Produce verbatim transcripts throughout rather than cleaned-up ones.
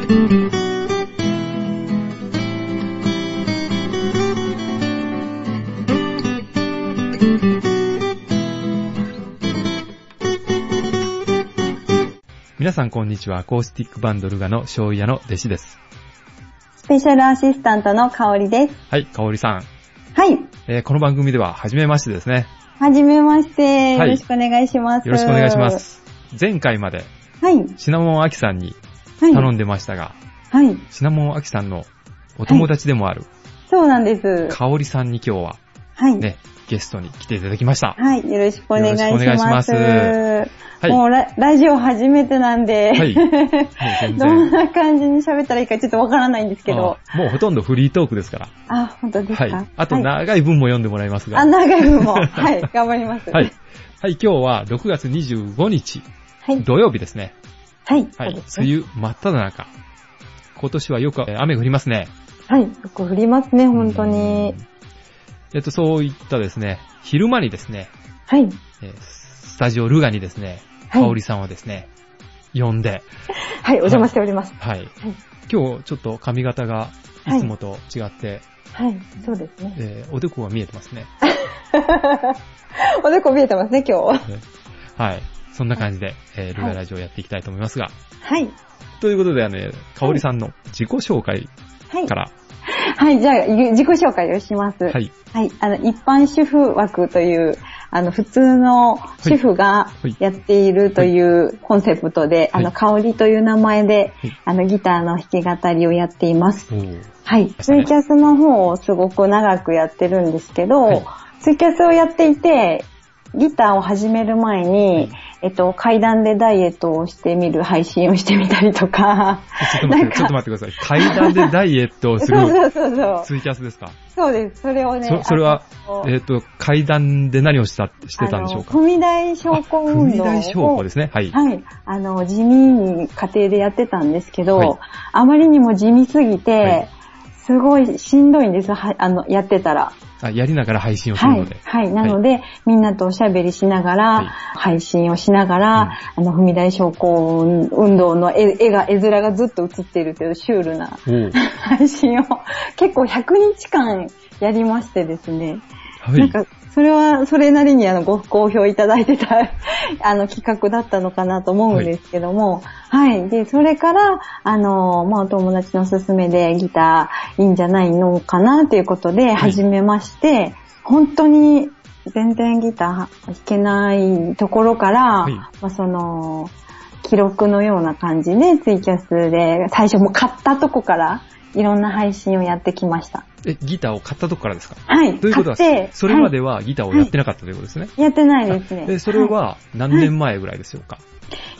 皆さんこんにちは。アコースティックバンドルガの醤油屋の弟子です。 スペシャルアシスタントのかおりです。 はい、かおりさん。 はい、 えー。この番組では初めましてですね。 初めまして、はい。よろしくお願いします。 よろしくお願いします。前回まで、はい。シナモンアキさんに頼んでましたが、はい。シナモンアキさんのお友達でもある、はい、 そうなんです。 かおりさんに今日は、はい。ね、ゲストに来ていただきました。 はい、よろしくお願いします。よろしくお願いします。はい、もう ラ, ラジオ初めてなんで、はい、どんな感じに喋ったらいいかちょっとわからないんですけど。 もうほとんどフリートークですから。 あ、本当ですか。はい。 あと長い文も読んでもらいますが。 あ、長い文も。はい、頑張ります。 はい。はい、今日はろくがつにじゅうごにち、はい、土曜日ですね。 はい。 はい。梅雨真っ只中。今年はよく雨降りますね。 はい、よく降りますね、本当に。 えっと、そういったですね、昼間にですね、 はい。 えー、スタジオルガにですね、かおりさんをですね、呼んで。 はい、お邪魔しております。 はい。はい、今日ちょっと髪型がいつもと違って、 はい、はい、そうですね。 えー、おでこが見えてますね。 おでこ見えてますね、今日。 はい。そんな感じで、えー、ルガラジオをやっていきたいと思いますが。 はい。 ということで、あの、かおりさんの自己紹介から。 はい、はい、じゃあ、自己紹介をします。はい。はい、あの、一般主婦枠という、あの、普通の主婦がやっているというコンセプトで、はいはい、あの、かおりという名前で、はい、あの、ギターの弾き語りをやっています。はい。ツイキャスの方をすごく長くやってるんですけど、はい、ツイキャスをやっていて、ギターを始める前に、はい、えっと、階段でダイエットをしてみる配信をしてみたりとか。 ちょっと待って、ちょっと待ってください。階段でダイエットをするツイキャスですか？ そうです。それをね。 そ、それは、えっと、階段で何をした、してたんでしょうか？ 踏み台昇降運動を。踏み台昇降ですね。はい。 はい。あの、地味に家庭でやってたんですけど、はい、あまりにも地味すぎて、はい、すごいしんどいんです。は、あの、やってたら。 あ、やりながら配信をするので。 はい。はい、なので、はい、みんなとおしゃべりしながら、はい、配信をしながら、うん、あの、踏み台昇降運動の絵、絵が、絵面がずっと映っているというシュールな配信を結構ひゃくにちかんやりましてですね。はい。なんか、それは、それなりにあの、ご好評いただいてた、あの、企画だったのかなと思うんですけども、はい、はい。で、それから、あの、まあ、お友達の勧めでギターいいんじゃないのかなということで始めまして、はい、本当に全然ギター弾けないところから、はい、まあ、その、記録のような感じでツイキャスで最初も買ったとこからいろんな配信をやってきました。 え、ギターを買ったとこからですか？ はい。 ということは、それまではギターをやってなかったということですね。 はい、やってないですね。 で、それは何年前ぐらいでしょうか？はい、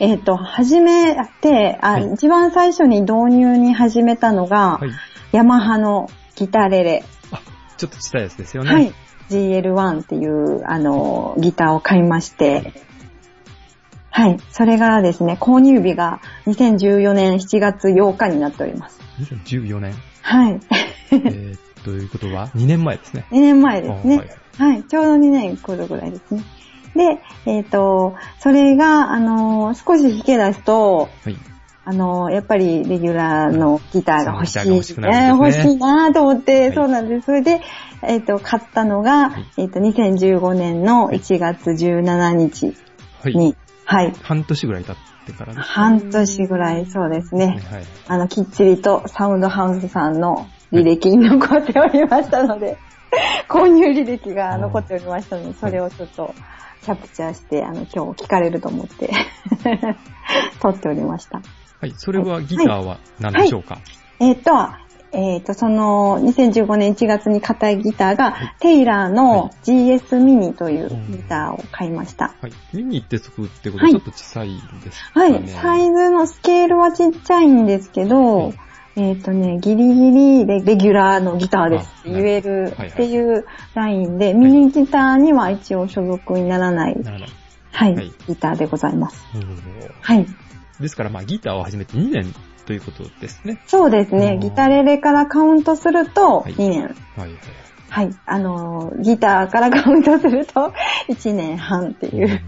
えっと、始めて、あ、はい、一番最初に導入に始めたのが、はい、ヤマハのギタレレ。 あ、ちょっと小さいやつですよね。 はい。ジーエルワン っていう、あの、ギターを買いまして、はい。それがですね、購入日がにせんじゅうよねんしちがつようかになっております。 にせんじゅうよねん？ はい。 えー、ということはにねんまえですね。 にねんまえですね。はい、はい。ちょうどにねん来るぐらいですね。で、えっと、それが、あの、少し弾け出すと、はい、あの、やっぱりレギュラーのギターが欲しい。欲しくなるんですね。欲しいなと思って、はい、そうなんです。それで、えっと、買ったのが、はい、えっと、にせんじゅうごねんのいちがつじゅうしちにちに、はい。はい、 半年ぐらい経ってからですか？ 半年ぐらい、そうですね。はい、あの、きっちりとサウンドハウスさんの履歴に残っておりましたので、購入履歴が残っておりましたので、それをちょっとキャプチャーして、あの、今日聞かれると思って、撮っておりました。 はい、それはギターは何でしょうか？ はいはい、えっ、ー、と、えっ、ー、と、その、にせんじゅうごねんいちがつに買ったギターが、はい、テイラーの ジーエス ミニというギターを買いました。 はい。ミニってつくってことはちょっと小さいですかね？はい。 サイズのスケールはちっちゃいんですけど、はい、えっ、ー、とね、ギリギリでレギュラーのギターですって言えるっていうラインで、はいはい、ミニギターには一応所属にならない、はい、はい、ギターでございます。はい。 ですから、まあ、ギターを始めてにねんということですね。 そうですね。ギタレレからカウントするとにねん。はい。はい、はい。あの、ギターからカウントするといちねんはんっていう。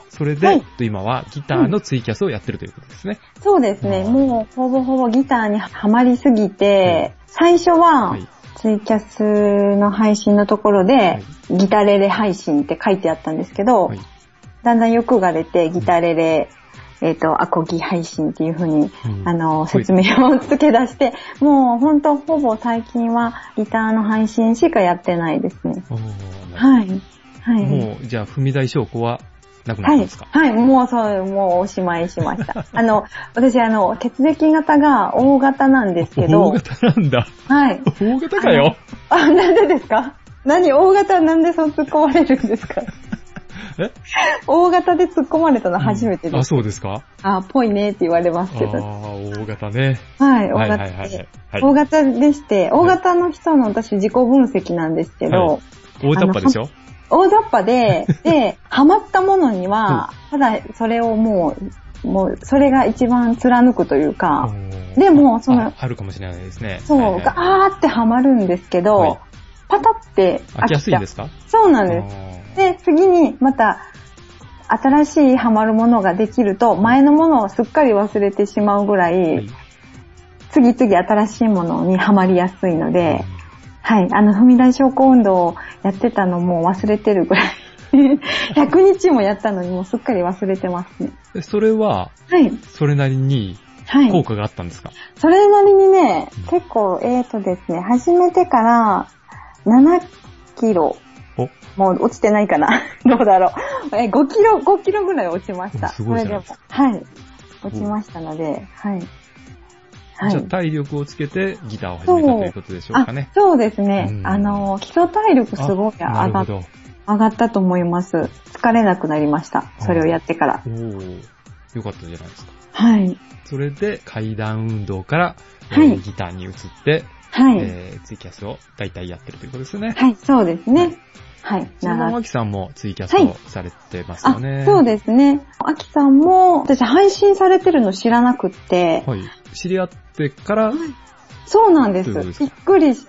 それで、はい、今はギターのツイキャスをやってるということですね。 うん、そうですね。もうほぼほぼギターにハマりすぎて、はい、最初はツイキャスの配信のところで、はい、ギタレレ配信って書いてあったんですけど、はい、だんだん欲が出てギタレレ、うん、えっと、アコギ配信っていう風に、うん、あの、説明を付け出して、もうほんとほぼ最近はギターの配信しかやってないですね。はい。はい。 もう、じゃあ、踏み台証拠はなくなったんですか？ はい。はい。もうそう、もうおしまいしました。あの、私、あの、血液型が大型なんですけど。 大型なんだ。 はい。 大型かよ。 あ、なんでですか？何大型なんでそう突っ込まれるんですか？え大型で突っ込まれたの初めてです、うん。 あ、そうですか？ あ、ぽいねって言われますけど。 ああ、大型ね。 はい、大型で、はいはいはいはい。大型でして、大型の人の私自己分析なんですけど。はい、 大雑把でしょ？ 大雑把で、で、ハマったものには、ただそれをもう、もう、それが一番貫くというか、でも、そのあ、あるかもしれないですね。 そう、はいはい、ガーってハマるんですけど、はい、パタって飽きやすいんですか？ そうなんです。で、次にまた、新しいハマるものができると、前のものをすっかり忘れてしまうぐらい、はい、次々新しいものにハマりやすいので、はい、あの、踏み台昇降運動をやってたのも忘れてるぐらい。ひゃくにちもやったのにもうすっかり忘れてますね。 それは、はい。それなりに効果があったんですか？はい、 それなりにね、うん、結構、えーとですね、始めてからななキロ。もう落ちてないかなどうだろう。え、ごキロ、ごキロぐらい落ちました。 すごいじゃないですか。 それでも、はい。落ちましたので、はい。 はい、じゃあ体力をつけてギターを始めたということでしょうかね。 そうですね。うん、あの、基礎体力すごい上がっ上がったと思います。疲れなくなりました。それをやってから。 おー、よかったじゃないですか。 はい。 それで階段運動から、はいえー、ギターに移って、はいえー、ツイキャスを大体やってるということですね。 はい、そうですね。はい。 そのアキさんもツイキャスをされてますよね。 はい、そうですね。アキさんも、私配信されてるの知らなくって。 はい。知り合ってから、はい、 そうなんです。びっくりして、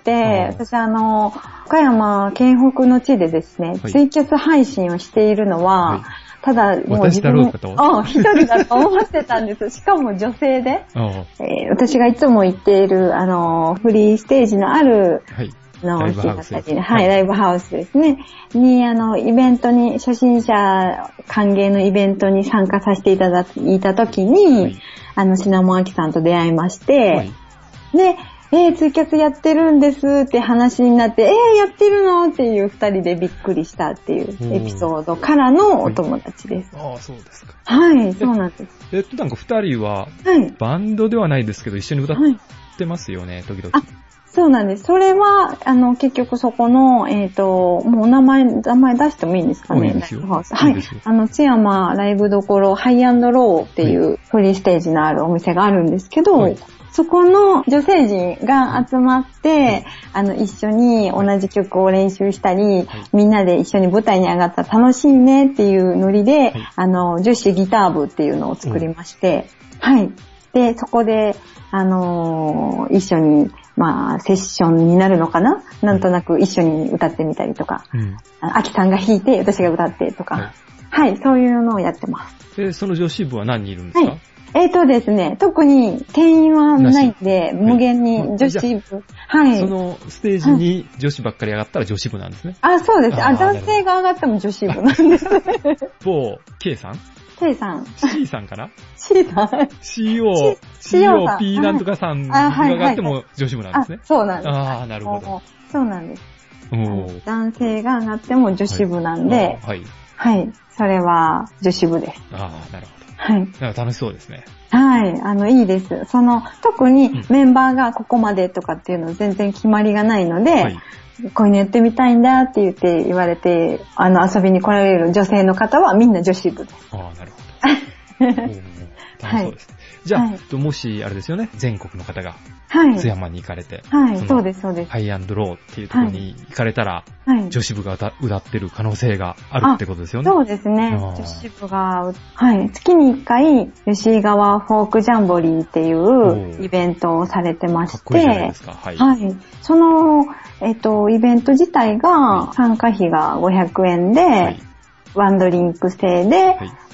私あの、岡山県北の地でですね、はい、ツイキャス配信をしているのは、はい、ただもう自分、あ、一人だと思ってたんです。しかも女性で、えー、私がいつも行っている、あの、フリーステージのある、はいのライブハウスです、ね。 はい、ライブハウスですね。に、あの、イベントに、初心者歓迎のイベントに参加させていただいたときに、はい、あの、シナモンアキさんと出会いまして、はい、で、えー、ツイキャスやってるんですって話になって、えー、やってるのっていう二人でびっくりしたっていうエピソードからのお友達です。 はい、ああ、そうですか。 はい、そうなんです。 えっと、なんか二人は、はい、バンドではないですけど、一緒に歌ってますよね、はい、時々。 そうなんです。それは、あの、結局そこの、えっと、もうお名前、名前出してもいいんですかね。 いいですよ。 はい。あの、津山ライブどころハイアンドローっていうフリーステージのあるお店があるんですけど、はい、そこの女性陣が集まって、はい、あの、一緒に同じ曲を練習したり、はい、みんなで一緒に舞台に上がったら楽しいねっていうノリで、はい、あの、女子ギター部っていうのを作りまして、はい。で、そこで、あのー、一緒に、まあ、セッションになるのかな、なんとなく一緒に歌ってみたりとか、うん、アキさんが弾いて、私が歌ってとか、はい、はい、そういうのをやってます。 で、その女子部は何人いるんですか？はい、 えーとですね、特に定員はないんで、無限に女子部、はい。 そのステージに女子ばっかり上がったら女子部なんですね。 あ、そうです。あ、男性が上がっても女子部なんですね。 某 K さん K さん。 C さんかな ?C さん。 シーオー、シーオーピー なんとかさんが上がっても女子部なんですね。 そうなんです。 ああ、なるほど。 そうなんです。男性が上がっても女子部なんで、はい。はい。それは女子部です。 ああ、なるほど。 はい。 なんか楽しそうですね。 はい。あの、いいです。その、特にメンバーがここまでとかっていうの全然決まりがないので、はい、こういうのやってみたいんだって言って言われて、あの、遊びに来られる女性の方はみんな女子部です。 ああ、なるほど。楽しそうですね。はい、じゃあ、はい、もし、あれですよね、全国の方が、はい、津山に行かれて、 はい、そうです、そうです。 ハイアンドローっていうところに行かれたら、はい、女子部が歌ってる可能性があるってことですよね。 そうですね。女子部が、はい、月にいっかい、吉川フォークジャンボリーっていうイベントをされてまして、かっこいいじゃないですか。はい。 はい。その、えっと、イベント自体が、参加費がごひゃくえんで、はい、ワンドリンク制で、はい、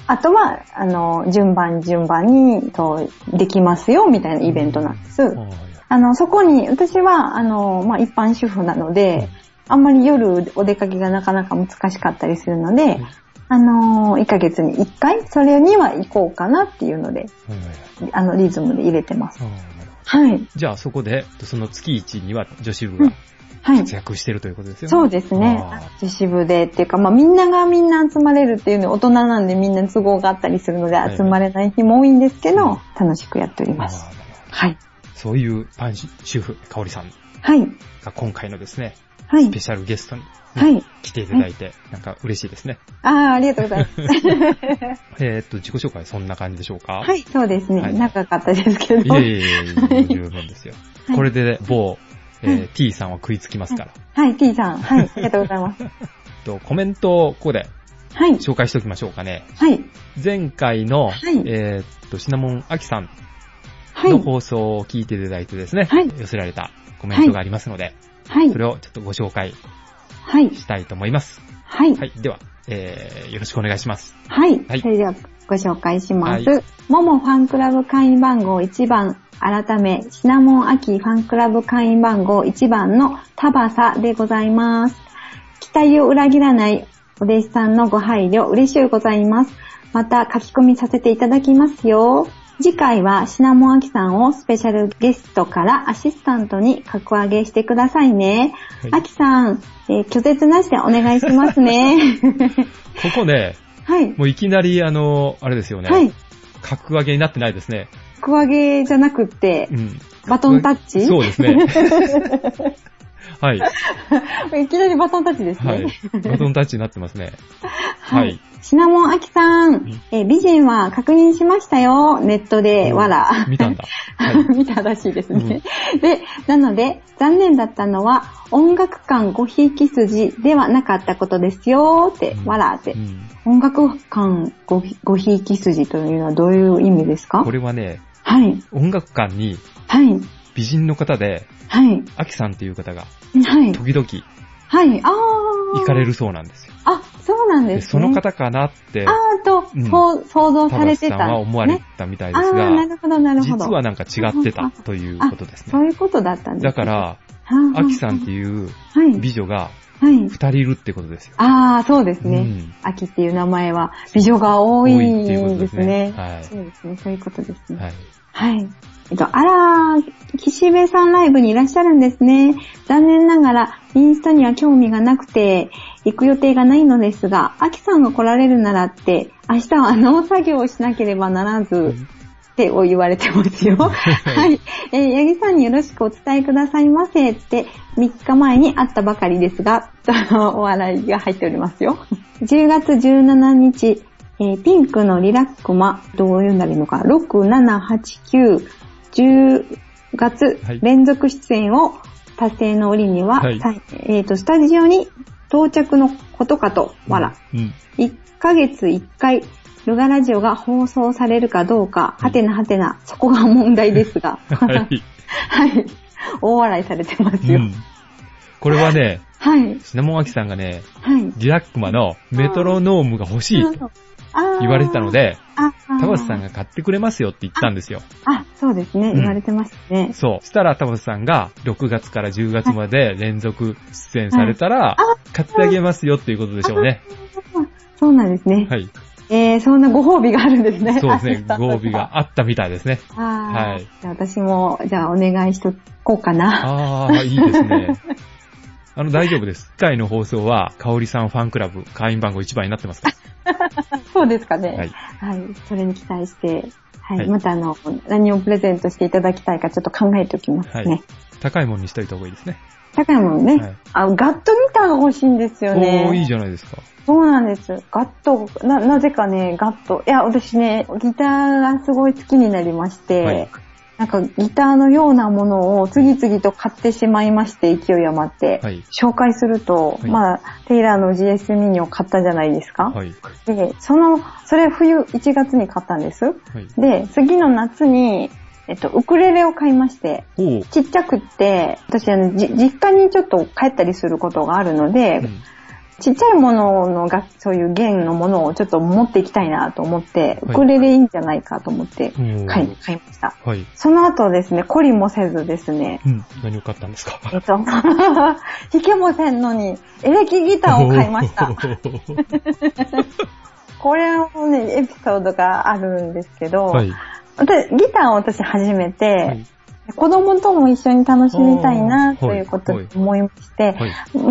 あとは、あの、順番順番に、と、できますよ、みたいなイベントなんです。うん、あの、そこに、私は、あの、まあ、一般主婦なので、うん、あんまり夜お出かけがなかなか難しかったりするので、うん、あの、いっかげつにいっかい、それには行こうかなっていうので、うん、あの、リズムで入れてます。はい。 じゃあ、そこで、その月いちには女子部が、うん活躍してるということですよね。 そうですね。女子部でっていうか、まあみんながみんな集まれるっていうのは大人なんでみんな都合があったりするので集まれない日も多いんですけど、はい、楽しくやっております。はい。 そういうパン主婦、かおりさんが今回のですね、はい、スペシャルゲストに、ね、はい、来ていただいて、はい、なんか嬉しいですね。 ああ、ありがとうございます。 えっと、自己紹介そんな感じでしょうか？ はい、そうですね。はい、長かったですけど。 いえいえいえ、十分ですよ。はい、これで某、えーはい、T さんは食いつきますから。 はい、はい、T さん。はい、ありがとうございます。 とコメントをここで紹介しておきましょうかね。はい。前回の、はい、えー、っと、シナモンアキさんの放送を聞いていただいてですね、はい、寄せられたコメントがありますので、はい、それをちょっとご紹介したいと思います。はい。はい。では、えー、よろしくお願いします。 はい。はい、それではご紹介します。はい、ももファンクラブ会員番号いちばん、改め、シナモンアキファンクラブ会員番号いちばんのタバサでございます。期待を裏切らないお弟子さんのご配慮嬉しゅうございます。また書き込みさせていただきますよ。次回はシナモンアキさんをスペシャルゲストからアシスタントに格上げしてくださいね。はい、アキさん、えー、拒絶なしでお願いしますね。 ここね、はい、もういきなりあの、あれですよね。はい、格上げになってないですね。 格上げじゃなくって、うん、バトンタッチ？ そうですね。はい。 いきなりバトンタッチですね。はい。 バトンタッチになってますね。はい。はい、 シナモンアキさん、え美人は確認しましたよ。ネットで、わら。 見たんだ。 はい、見たらしいですね、うん。で、なので、残念だったのは、音楽館ごひいき筋ではなかったことですよって、うん、わらって。うん、音楽館ごひいき筋というのはどういう意味ですか？ これはね、はい。音楽館に、はい。美人の方で、はい。アキさんっていう方が、はい。時々、はい。ああ。行かれるそうなんですよ。 あ、そうなんですね。 その方かなって、 ああと、うん、想像されてた、ね。 タバスさんは思われたみたいですが、 あなるほど、なるほど。 実はなんか違ってたということですね。 そういうことだったんですね。 だから、アキさんっていう美女が、二人いるってことですよ。 ああ、そうですね。うん、アキっていう名前は美女が多いんですね。はい。そうですね。そういうことですね。はい。はい。えっと、あらー、岸辺さんライブにいらっしゃるんですね。残念ながら、インスタには興味がなくて、行く予定がないのですが、アキさんが来られるならって、明日は農作業をしなければならず、うんって言われてますよ。はい。えー、八木さんによろしくお伝えくださいませってみっかまえに会ったばかりですが、お笑いが入っておりますよ。じゅうがつじゅうしちにち、えー、ピンクのリラックマ、どう読んだらいいのか、ろく、なな、はち、きゅう、じゅうがつ連続出演を達成の折には、はい、えっと、スタジオに到着のことかと、わら。うんうん、いっかげついっかい、ルガラジオが放送されるかどうか、はてなはてな、そこが問題ですが。はい。はい。大笑いされてますよ。うん、 これはね、はい。シナモンアキさんがね、はい。リラックマのメトロノームが欲しいと言われてたので、タバスさんが買ってくれますよって言ったんですよ。 あ、そうですね。言われてましたね。 うん、そう。したらタバスさんがろくがつからじゅうがつまで連続出演されたら、はい、買ってあげますよっていうことでしょうね。 そうなんですね。はい。えー、そんなご褒美があるんですね。 そうですね。ご褒美があったみたいですね。 はい。じゃあ私も、じゃあお願いしとこうかな。 ああ、いいですね。あの、大丈夫です。今回の放送は、かおりさんファンクラブ会員番号いちばんになってますから。 そうですかね。はい。はい。それに期待して、はい。はい、またあの、何をプレゼントしていただきたいかちょっと考えておきますね。はい。 高いものにしといた方がいいですね。 高いものね。はい、あ、ガットギターが欲しいんですよね。 おー、いいじゃないですか。 そうなんです。ガット、な、なぜかね、ガット。いや、私ね、ギターがすごい好きになりまして、はい、なんかギターのようなものを次々と買ってしまいまして、勢い余って、はい、紹介すると、はい、まあ、テイラーの ジーエス ミニを買ったじゃないですか。はい、で、その、それ冬いちがつに買ったんです。はい、で、次の夏に、えっと、ウクレレを買いまして、ちっちゃくって、私あの、じ、実家にちょっと帰ったりすることがあるので、うんちっちゃいもののが、そういう弦のものをちょっと持っていきたいなと思って、ウクレレいいんじゃないかと思って買い、買いました。はい。その後ですね、懲りもせずですね。 うん。何を買ったんですか？ えっと、弾けもせんのに、エレキギターを買いました。これもね、エピソードがあるんですけど、はい、私ギターを私始めて、はい、子供とも一緒に楽しみたいなということを思いまして、はいはい、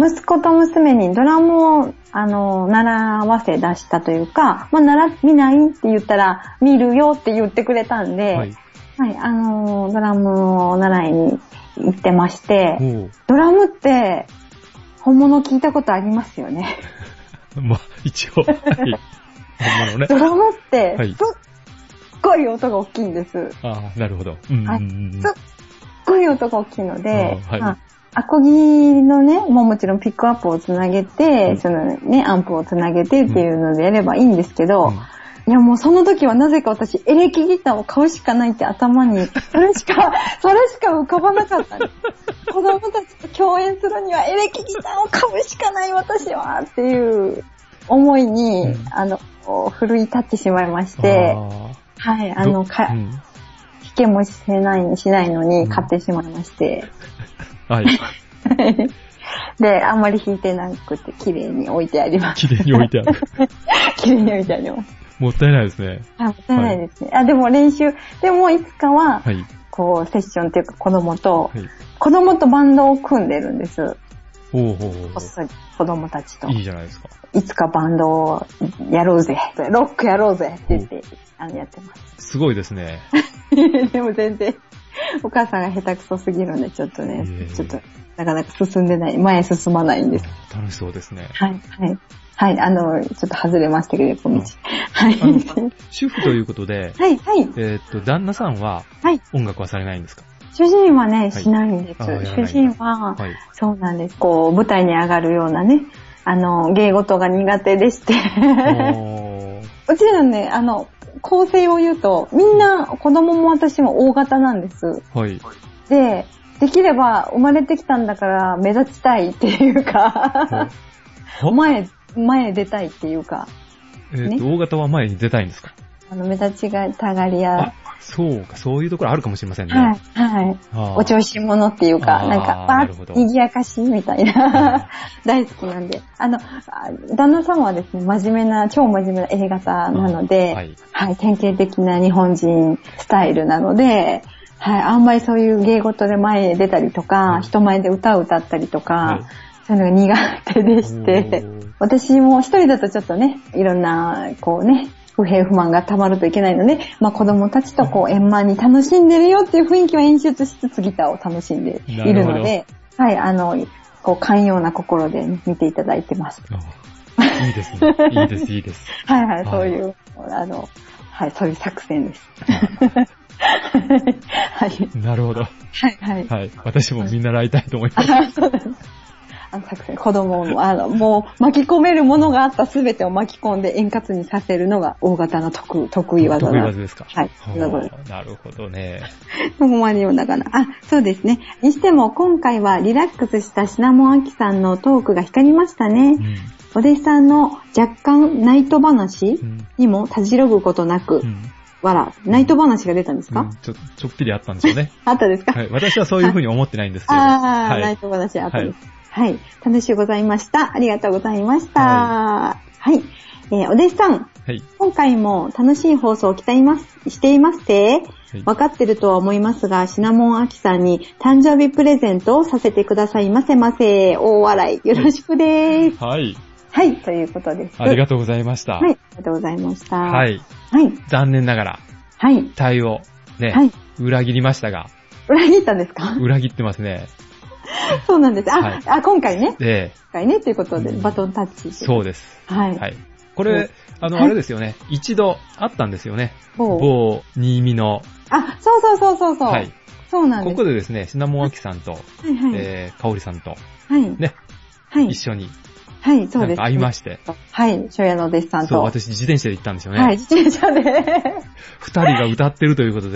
息子と娘にドラムをあの習わせ出したというか、まあ、習見ないって言ったら見るよって言ってくれたんで、はい、はい、あのドラムを習いに行ってまして、ドラムって本物聞いたことありますよね。 まあ一応、はい、本物ね。 ドラムって、はい、すっごい音が大きいんです。 ああ、なるほど。うんうんうん、はい、 すっごい音が大きいので、はい、まあ、アコギのね、もうもちろんピックアップをつなげて、うん、そのね、アンプをつなげてっていうのでやればいいんですけど、うん、いやもうその時はなぜか私、エレキギターを買うしかないって頭に、それしか、それしか浮かばなかったんです。子供たちと共演するにはエレキギターを買うしかない私はっていう思いに、うん、あの、奮い立ってしまいまして、はい、あの、か、うん、弾けもしない、しないのに買ってしまいまして。 うん、はい。 で、あんまり弾いてなくて、綺麗に置いてあります。 綺麗に置いてある。 綺麗に置いてあります。 もったいないですね。 あ、もったいないですね。はい、あ、でも練習、でもいつかは、はい、こう、セッションっていうか子供と、はい、子供とバンドを組んでるんです。 おうほうほう。 こっそり子供たちと。 いいじゃないですか。 いつかバンドをやろうぜ、ロックやろうぜって言って、あの、やってます。 すごいですね。 でも全然、お母さんが下手くそすぎるんで、ちょっとね、ちょっと、なかなか進んでない、前進まないんです。 楽しそうですね。 はい、はい。はい、あの、ちょっと外れましたけど、この道。はい。 主婦ということで、 はい、はい。 えっと、旦那さんは、はい。音楽はされないんですか？ 主人はね、しないんです。主人は、そうなんです。こう、舞台に上がるようなね、あの、芸事が苦手でして。うちらね、あの、構成を言うと、みんな、子供も私も大型なんです。はい。で、できれば生まれてきたんだから目立ちたいっていうか、前、前出たいっていうか。 えっと、ね、大型は前に出たいんですか？ あの、目立ちがたがりや。 そうか、そういうところあるかもしれませんね。 はい、はい。お調子者っていうか、なんか、バーッ、賑やかしみたいな、大好きなんで。あの、旦那様はですね、真面目な、超真面目な A 型なので、はい、はい、典型的な日本人スタイルなので、はい、あんまりそういう芸事で前へ出たりとか、うん、人前で歌を歌ったりとか、はい、そういうのが苦手でして、私も一人だとちょっとね、いろんな、こうね、不平不満が溜まるといけないので、まあ子供たちとこう円満に楽しんでるよっていう雰囲気を演出しつつギターを楽しんでいるので、はい、あの、こう寛容な心で、ね、見ていただいてます。 いいですね。いいです、いいです。 はいはい、そういう、あの、はい、そういう作戦です。 はい。なるほど。はいはい。 はい。私も見習いたいと思います。あ、そうです。 あの作戦、子供を、あの、もう巻き込めるものがあったすべてを巻き込んで円滑にさせるのが大型の得、得意技だ。得意技ですか。 はい。 なるほどね。 ここまで読んだかな。あ、そうですね。にしても今回はリラックスしたシナモンアキさんのトークが光りましたね。うん、お弟子さんの若干ナイト話にもたじろぐことなく、うんわら、ナイト話が出たんですか、うん、 ちょ、ちょっぴりあったんでしょうね。 あったですか、 はい、私はそういうふうに思ってないんですけど。 ああ、はい、ナイト話あったです。はい、はい。楽しゅうございました。ありがとうございました。はい。はい、えー、お弟子さん。はい。今回も楽しい放送を期待ます、していますて。はい、分かってるとは思いますが、シナモンアキさんに誕生日プレゼントをさせてくださいませませ。大笑い。よろしくでーす。 はい。 はい、ということです。 ありがとうございました。 はい、ありがとうございました。 はい。はい。残念ながら、はい。対応、ね、はい。裏切りましたが。 裏切ったんですか？ 裏切ってますね。 そうなんです。あ、はい、あ、今回ね。 ええ。 今回ね、ということで、バトンタッチ。 そうです。 はい。 はい。これ、あの、あれですよね。一度あったんですよね。某、新見の。 あ、そうそうそうそうそう。はい。そうなんです。 ここでですね、シナモンアキさんと、はいはい。えー、かおりさんと、はい。ね。はい。一緒に。 はい、そうです、ね。 会いまして。 はい、初夜のお弟子さんと。 そう、私自転車で行ったんですよね。 はい、自転車で。 二人が歌ってるということで。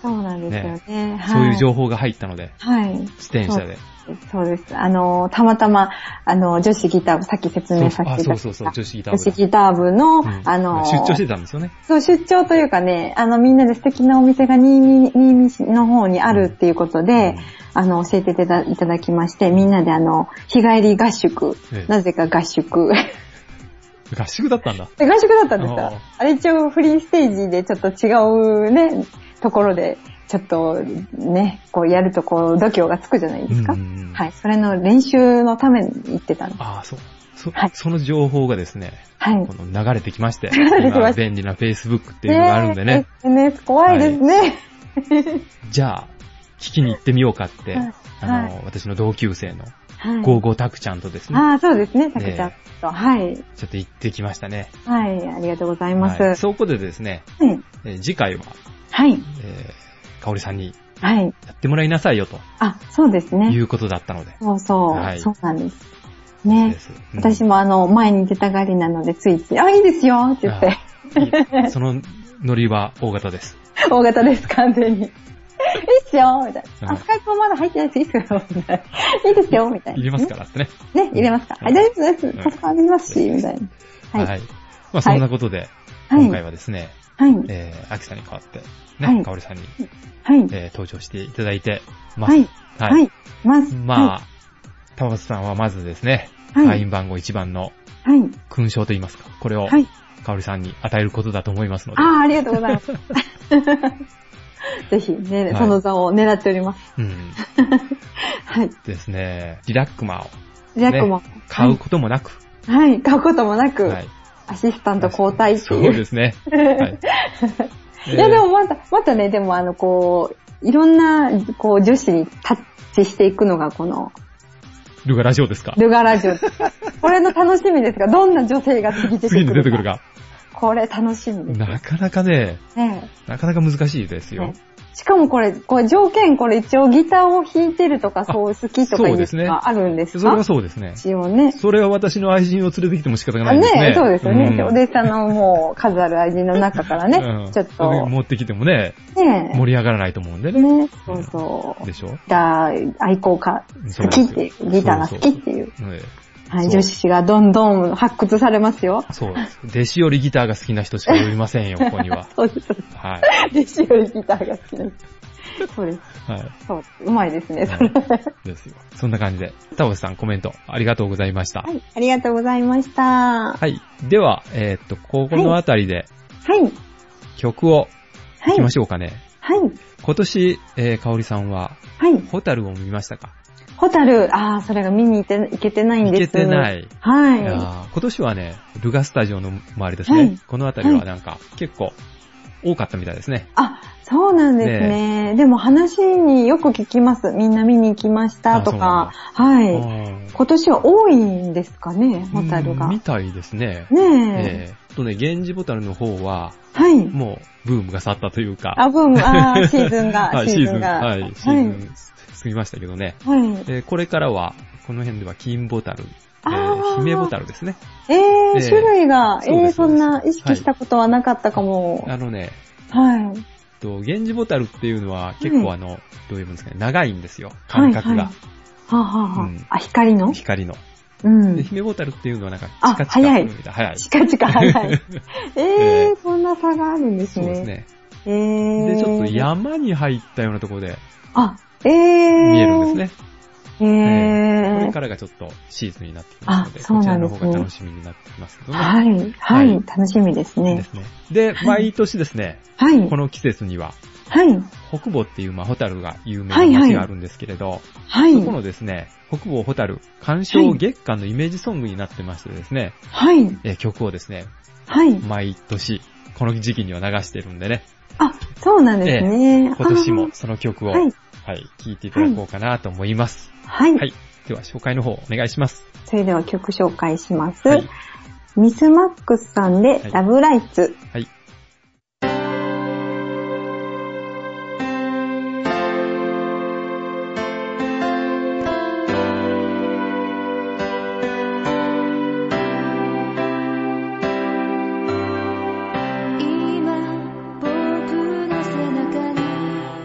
そうなんですよね。ね、 はい、そういう情報が入ったので、 はい。 自転車で。 そうです。あの、たまたま、あの、女子ギター部、さっき説明させていただいた。 そうそうそう、女子ギター部。 女子ギター部の、うん、あの、 出張してたんですよね。 そう、出張というかね、あの、みんなで素敵なお店が新見市の方にあるっていうことで、うん、あの、教えていただいただきまして、みんなであの、日帰り合宿、ええ、なぜか合宿。 合宿だったんだ。 合宿だったんですか？あれ一応フリーステージでちょっと違うね、ところで、ちょっとね、こうやるとこう度胸がつくじゃないですか。うんうんうん、はい。それの練習のために行ってたんです。 ああ、そう。そ、はい、その情報がですね、はい。この流れてきまして、 流れてきまして。便利な Facebook っていうのがあるんでね。 エスエヌエス 怖いですね。はい、 じゃあ、聞きに行ってみようかって、はい、あの、はい、私の同級生の、ゴーゴータクちゃんとですね。 ああ、そうですね、タクちゃんと。はい。 ちょっと行ってきましたね。 はい、ありがとうございます。はい、 そこでですね、はいえー、次回は、 はい。 えー、かおりさんに、 はい。 やってもらいなさいよと。 あ、そうですね。 いうことだったので。 そうそう。はい、そうなんです。ね。うん、私もあの、前に出たがりなので、ついつい、あ、いいですよって言って。 いいそのノリは大型です。 大型です、完全に。いいっすよみたいな。あ、スカイプもまだ入ってないです。いいっすよみたいな。いいですよみたいな。 入れますからってね。 ね、入れますか。はい、大丈夫です。パソコンありますし、みたいな。 はい。まあそんなことで、今回はですね、はい。えー、アキさんに代わって、ね、かおりさんに、はい。えー、登場していただいてます。 はい。はい。ます。 まあ、玉松さんはまずですね、会員番号いちばんの、はい。勲章といいますか、これを、はい。かおりさんに与えることだと思いますので。 ああ、ありがとうございます。ぜひ、ね、はい、その座を狙っております。うん。はい。 ですね。リラックマを、ね。 リラックマを。 買うこともなく。 はい、買うこともなく。はい。アシスタント交代っていう。 そうですね。はい。 いや、でもまた、またね、でもあの、こう、いろんな、こう、女子にタッチしていくのが、この、 ルガラジオですか？ ルガラジオですか。これの楽しみですが、どんな女性が次出てくるか。 次に出てくるか。 これ楽しみです。 なかなかね、ねなかなか難しいですよ。ね、 しかもこれ、これ条件、これ一応ギターを弾いてるとか、そう好きとかいうのがあるんですか？ それはそうですね。 一応ね。 それは私の愛人を連れてきても仕方がないですね。 ね、そうですよね。うん、お弟子さんのもう数ある愛人の中からね、うん、ちょっと。 持ってきてもね、ね盛り上がらないと思うんでね。 ね、そうそう。 でしょ？ ギター愛好家、好きっていう、ギターが好きっていう。はい、女子がどんどん発掘されますよ。 そうです。弟子よりギターが好きな人しかいませんよ、ここには。 そうです。はい。弟子よりギターが好きな人。そうです。はい。そう、うまいですね、それ。 ですよ。そんな感じで、タオスさんコメントありがとうございました。 はい、ありがとうございました。 はい。では、えー、っと、ここのあたりで、はい。曲を聴きましょうかね。はい。今年、えー、かおりさんは、はい。ホタルを見ましたか？ ホタル、ああ、それが見に行って、行けてないんです。 行けてない。 はい。いや今年はね、ルガスタジオの周りですね。はい、このあたりはなんか、結構、多かったみたいですね。 あ、そうなんですね。ねでも話によく聞きます。みんな見に行きましたとか。はい。今年は多いんですかね、ホタルが。 みたいですね。 ねえ。 えー、とね、ゲンジボタルの方は、はい。もう、ブームが去ったというか。 あ、ブーム、ああ、シーズンが、 はい、シーズンが。はい、シーズン過ぎましたけどね。はい。えー、これからは、この辺では金ボタル。えー、姫ボタルですね。 えー、えー、種類が、えー、そんな意識したことはなかったかも。 はい、あのね、 はい。 と、源氏ボタルっていうのは結構あの、はい、どういうんですかね、長いんですよ、間隔が。はいはい、 はあ、はあうん、あ、光の光の。 うん。 で、姫ボタルっていうのはなんか、チカチカするみたいな。早い。 チカチカ早い。えー、えー、そんな差があるんですね。 そうですね。 えー。 で、ちょっと山に入ったようなところで、 あ、えー。 見えるんですね。 えー、えー、これからがちょっとシーズンになってきますので、こちらの方が楽しみになってきますけどね。 はい、はい、楽しみですね。 ですね。で、毎年ですね、はい、この季節には、はい、北坊っていう、まあ、ホタルが有名な街があるんですけれど、はい、そこのですね、北坊ホタル鑑賞月間のイメージソングになってましてですね、はい、えー、曲をですね、はい、毎年、この時期には流してるんでね。 あ、そうなんですね。 えー、今年もその曲を、はい、はい、聴いていただこうかなと思います。 はい。 はい。では、紹介の方、お願いします。 それでは曲紹介します。はい、ミスマックスさんで、はい、ラブライツ。はい。 今、僕の背中に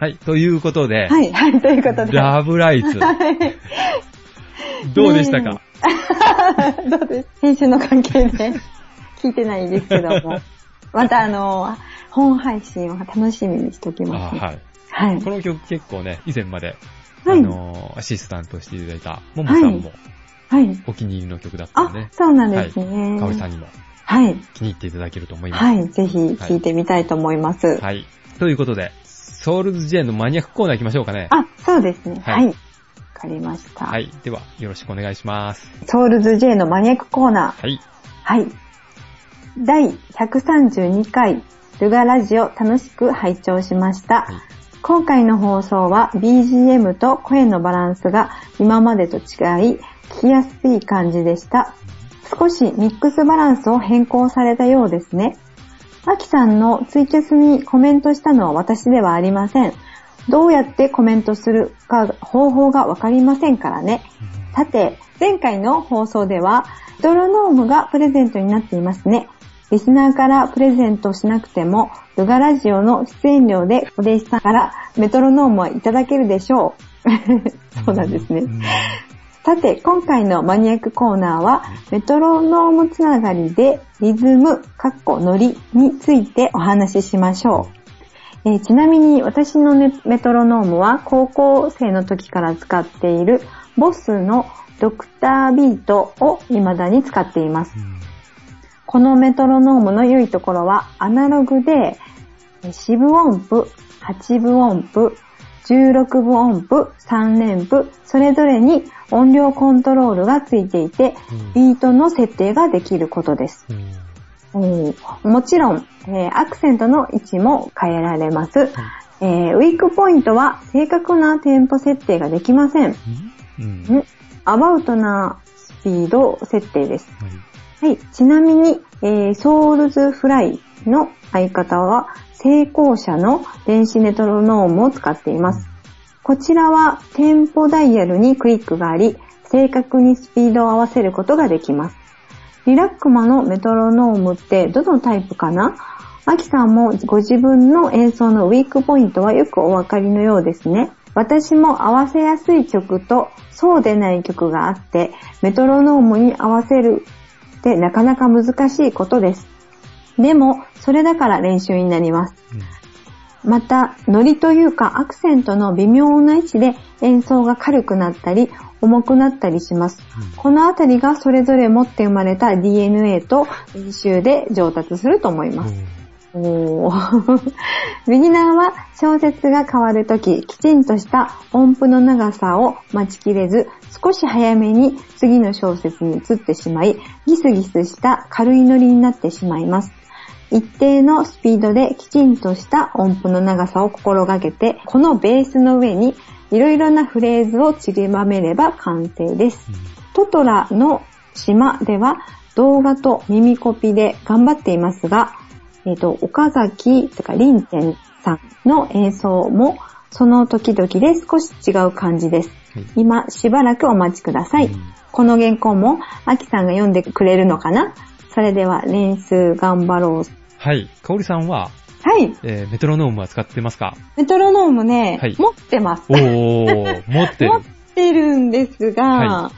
はい、ということで。 はい、はい、ということで。 ラブライツ。はい、どうでしたか？ どうです？編集の関係で聞いてないんですけども。またあの、本配信を楽しみにしておきます、ね。 あ、はい。 はい。 この曲結構ね、以前まで、はい、あの、アシスタントしていただいた、ももさんも、はい。お気に入りの曲だったんで、ね。 あ、そうなんですね。 かおりさんにも、 はい。 気に入っていただけると思います。 はい。ぜひ、聴いてみたいと思います。 はい。はい、ということで、ソウルズ J のマニアックコーナー行きましょうかね。 あ、そうですね。はい。わ、はい、かりました。 はい。では、よろしくお願いします。 ソウルズ J のマニアックコーナー。 はい。 はい。だいひゃくさんじゅうにかい、ルガラジオ楽しく拝聴しました。はい、今回の放送は ビージーエム と声のバランスが今までと違い、聞きやすい感じでした。少しミックスバランスを変更されたようですね。アキさんのツイキャスにコメントしたのは私ではありません。どうやってコメントするか方法がわかりませんからね。さて、前回の放送ではメトロノームがプレゼントになっていますね。リスナーからプレゼントしなくても、ルガラジオの出演料でお弟子さんからメトロノームはいただけるでしょう。そうなんですね。さて、今回のマニアックコーナーは、メトロノームつながりでリズム、かっこノリについてお話ししましょう。えー、ちなみに私のメトロノームは高校生の時から使っているボスのドクタービートを未だに使っています。このメトロノームの良いところはアナログで四分音符、八分音符、十六分音符、三連符、それぞれに音量コントロールがついていて、うん、ビートの設定ができることです。うん、もちろん、えー、アクセントの位置も変えられます。うんえー、ウィークポイントは正確なテンポ設定ができません。うん、アバウトなスピード設定です。はいはい。ちなみに、えー、ソウルズフライの相方は成功者の電子メトロノームを使っています。こちらはテンポダイヤルにクリックがあり、正確にスピードを合わせることができます。リラックマのメトロノームってどのタイプかな？アキさんもご自分の演奏のウィークポイントはよくお分かりのようですね。私も合わせやすい曲とそうでない曲があって、メトロノームに合わせるでなかなか難しいことです。でも、それだから練習になります。うん、また、ノリというかアクセントの微妙な位置で演奏が軽くなったり、重くなったりします。うん、このあたりがそれぞれ持って生まれた ディーエヌエー と練習で上達すると思います。うんおビギナーは小節が変わるとき、きちんとした音符の長さを待ちきれず、少し早めに次の小節に移ってしまい、ギスギスした軽いノリになってしまいます。一定のスピードできちんとした音符の長さを心がけて、このベースの上にいろいろなフレーズを散りばめれば完成です。うん、トトラの島では動画と耳コピで頑張っていますが、えっと、岡崎とかリンテンさんの演奏もその時々で少し違う感じです。はい、今しばらくお待ちください。うん、この原稿もアキさんが読んでくれるのかな？それでは練習頑張ろう。 はい。かおりさんは、 はい、 えー。メトロノームは使ってますか？ メトロノームね、はい、持ってます。 おー、持ってる。 持ってるんですが、はい、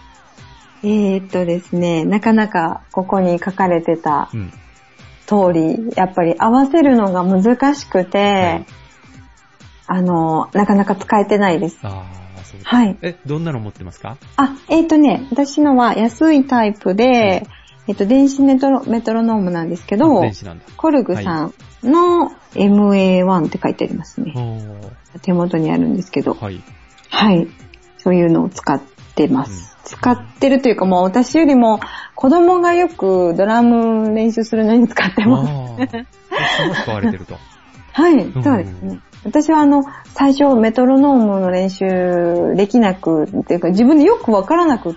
えーっとですね、なかなかここに書かれてた、うん通り、やっぱり合わせるのが難しくて、はい、あの、なかなか使えてないです。 ああ、そうです。 はい。 え、どんなの持ってますか？ あ、えっ、ー、とね、私のは安いタイプで、はい、えっ、ー、と、電子メトロ、メトロノームなんですけど、 電子なんだ。 コルグさんの エムエーワン って書いてありますね。はい、手元にあるんですけど、はい。はい。そういうのを使ってます。うん使ってるというかもう私よりも子供がよくドラム練習するのに使ってます。 その使われてると。 はい、そうですね。私はあの、最初メトロノームの練習できなくっていうか自分でよくわからなくって、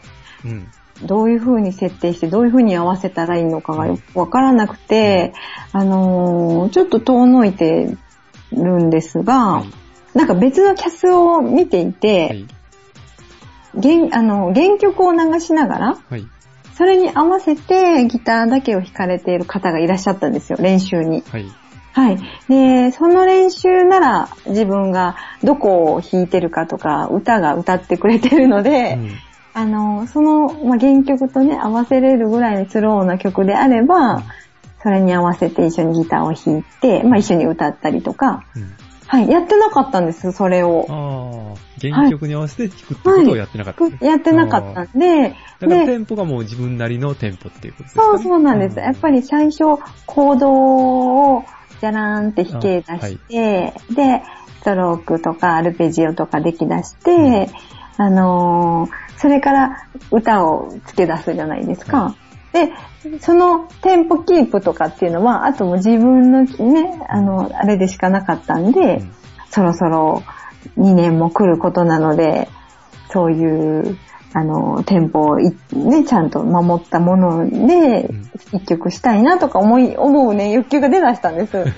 うん、どういう風に設定してどういう風に合わせたらいいのかがよくわからなくて、うん、あのー、ちょっと遠のいてるんですが、はい、なんか別のキャスを見ていて、はい原, あの原曲を流しながら、はい、それに合わせてギターだけを弾かれている方がいらっしゃったんですよ、練習に。はい。 はい。で、その練習なら自分がどこを弾いてるかとか、歌が歌ってくれてるので、うん、あの、その、まあ、原曲とね、合わせれるぐらいのスローな曲であれば、うん、それに合わせて一緒にギターを弾いて、まあ、一緒に歌ったりとか、うん、はい、やってなかったんです、それを。 ああ、原曲に合わせて弾くってことをやってなかった、はいはい、やってなかったんで、 だからテンポがもう自分なりのテンポっていうことですかね。 そうそうなんです。やっぱり最初、コードをじゃらーんって弾け出して、はい、で、ストロークとかアルペジオとかでき出して、うん、あのー、それから歌を付け出すじゃないですか。はい、で、そのテンポキープとかっていうのは、あとも自分のね、あの、あれでしかなかったんで、うん、そろそろにねんも来ることなので、そういう、あの、テンポをね、ちゃんと守ったもので、一曲したいなとか思い、思うね、欲求が出だしたんです。で、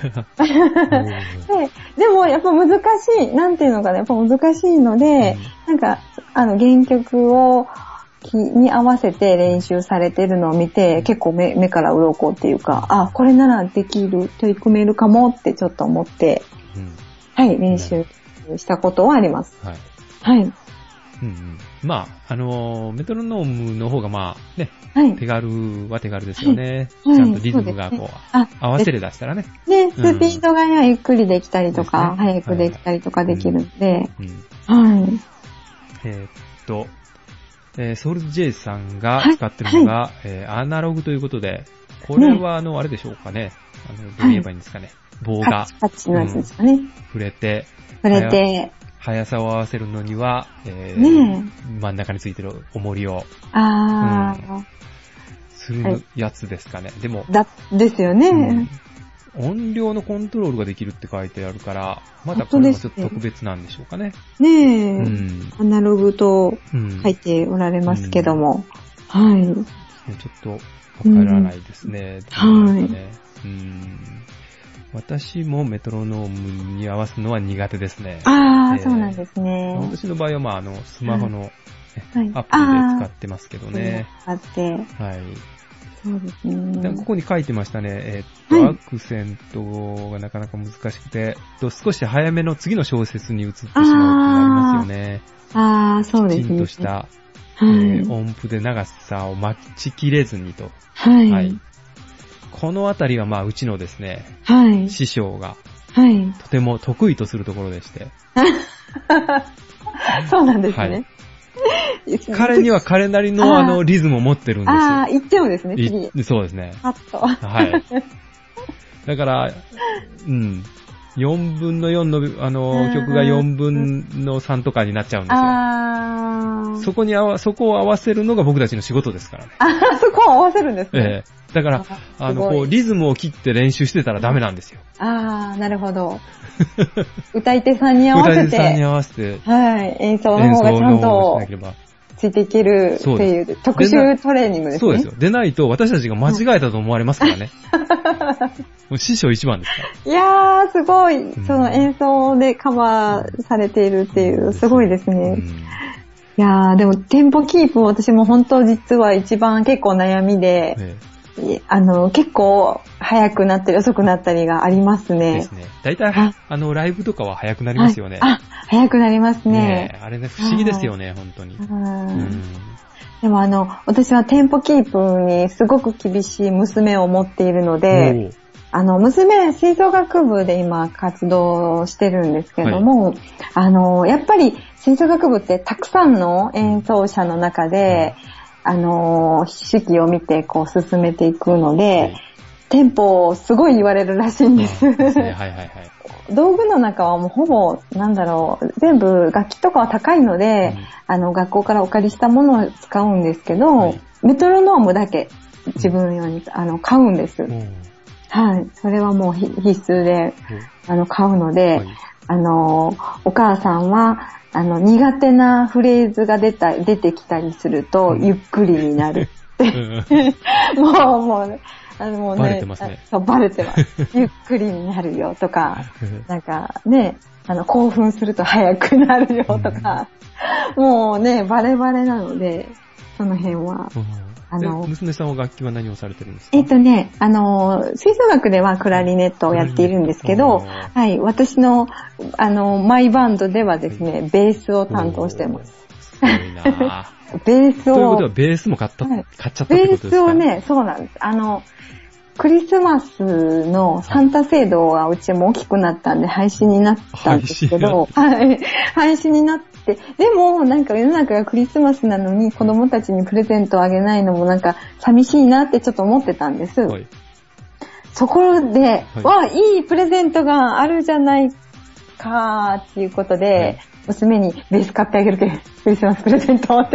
でもやっぱ難しい、なんていうのかな、やっぱ難しいので、なんか、あの、原曲を、に合わせて練習されてるのを見て、結構目、目から鱗っていうか、あ、これならできる、取り組めるかもってちょっと思って、うん、はい、練習したことはあります。はい。はい。 うんうん、まあ、あのー、メトロノームの方がまあ、ね、はい、手軽は手軽ですよね。はい、ちゃんとリズムがこう、はい、うね、合わせれ出したらね。 ね、うん、スピードがゆっくりできたりとか、ね、早くできたりとかできるんで、うんうん、はい。 えー、っと、えー、ソウルズ J さんが使ってるのが、はい、えー、アナログということで、これはあの、あれでしょうかね。あの、どう言えばいいんですかね。棒が、 パッチのやつですかね。 うん、触れて、 触れて、 速さを合わせるのには、えーね、真ん中についてる重りを、 あー、うん、 するやつですかね。でも、 だ、ですよね、 うん。音量のコントロールができるって書いてあるから、まだこれもちょっと特別なんでしょうかね。 ねえ、うん、アナログと書いておられますけども。うん、はい。 ちょっとわからないですね。 うん、はい。 うん私もメトロノームに合わすのは苦手ですね。 ああ、えー、そうなんですね。 私の場合は、まあ、あの、スマホの、ねはい、アプリで使ってますけどね。 使って。はい。そうですね。 ここに書いてましたね。えー、っと、はい、アクセントがなかなか難しくて、と少し早めの次の小節に移ってしまうってなりますよね。 ああ、そうですね。 きちんとした、はいえー、音符で長さを巻ききれずにと。はい。はいこのあたりはまあうちのですね、はい、師匠が、はい、とても得意とするところでして。 そうなんですね。 はい、彼には彼なりのあのリズムを持ってるんですよ。 ああ、言ってもですね、次。 そうですね。 パッと。 はい。だから、うん。よんぶんのよんの、あの、曲がよんぶんのさんとかになっちゃうんですよ。あそこに合わ、そこを合わせるのが僕たちの仕事ですからね。 あそこを合わせるんですね。 ええ。だから、あの、こう、リズムを切って練習してたらダメなんですよ。 ああ、なるほど。歌い手さんに合わせて。 歌い手さんに合わせて。 はい。演奏の方がちゃんとついていけるっていう特殊トレーニングですね。 そうですよ。でないと私たちが間違えたと思われますからね。もう師匠一番ですから。 いやー、すごい。その演奏でカバーされているっていう、すごいですね。うんいやー、でもテンポキープ私も本当実は一番結構悩みで、ね、あの、結構速くなったり遅くなったりがありますね。 ですね。大体、あの、ライブとかは速くなりますよね。 あ、速くなりますね。 ねあれね、不思議ですよね、本当に。うんでもあの、私はテンポキープにすごく厳しい娘を持っているので、あの、娘、吹奏楽部で今活動してるんですけども、はい、あの、やっぱり吹奏楽部ってたくさんの演奏者の中で、うん、あの、指揮を見てこう進めていくので、はい、テンポをすごい言われるらしいんです。うんですね、はいはいはい。道具の中はもうほぼ、なんだろう、全部楽器とかは高いので、うん、あの、学校からお借りしたものを使うんですけど、はい、メトロノームだけ自分用に、あの、買うんです。うんはい。それはもう必須で、あの、買うので、はい、あの、お母さんは、あの、苦手なフレーズが出た、出てきたりすると、ゆっくりになるって。もう、もうね、あの、もうね、 バレてますね。 そう、バレてます。ゆっくりになるよとか、なんかね、あの、興奮すると早くなるよとか、もうね、バレバレなので、その辺は。 あの、娘さんは楽器は何をされてるんですか？ えっとね、あの、吹奏楽ではクラリネットをやっているんですけど、はい、私の、あの、マイバンドではですね、はい、ベースを担当してます。 すごいなぁ。 ベースを。 ということはベースも買った、はい、買っちゃったってことですか？ ベースをね、そうなんです。あの、クリスマスのサンタ制度がうちも大きくなったんで廃止になったんですけど、はい、廃止になって、でもなんか世の中がクリスマスなのに子供たちにプレゼントをあげないのもなんか寂しいなってちょっと思ってたんです。はい、そこで、はい、わ、いいプレゼントがあるじゃないかっていうことで、はい、娘にベース買ってあげるけど、クリスマスプレゼントって。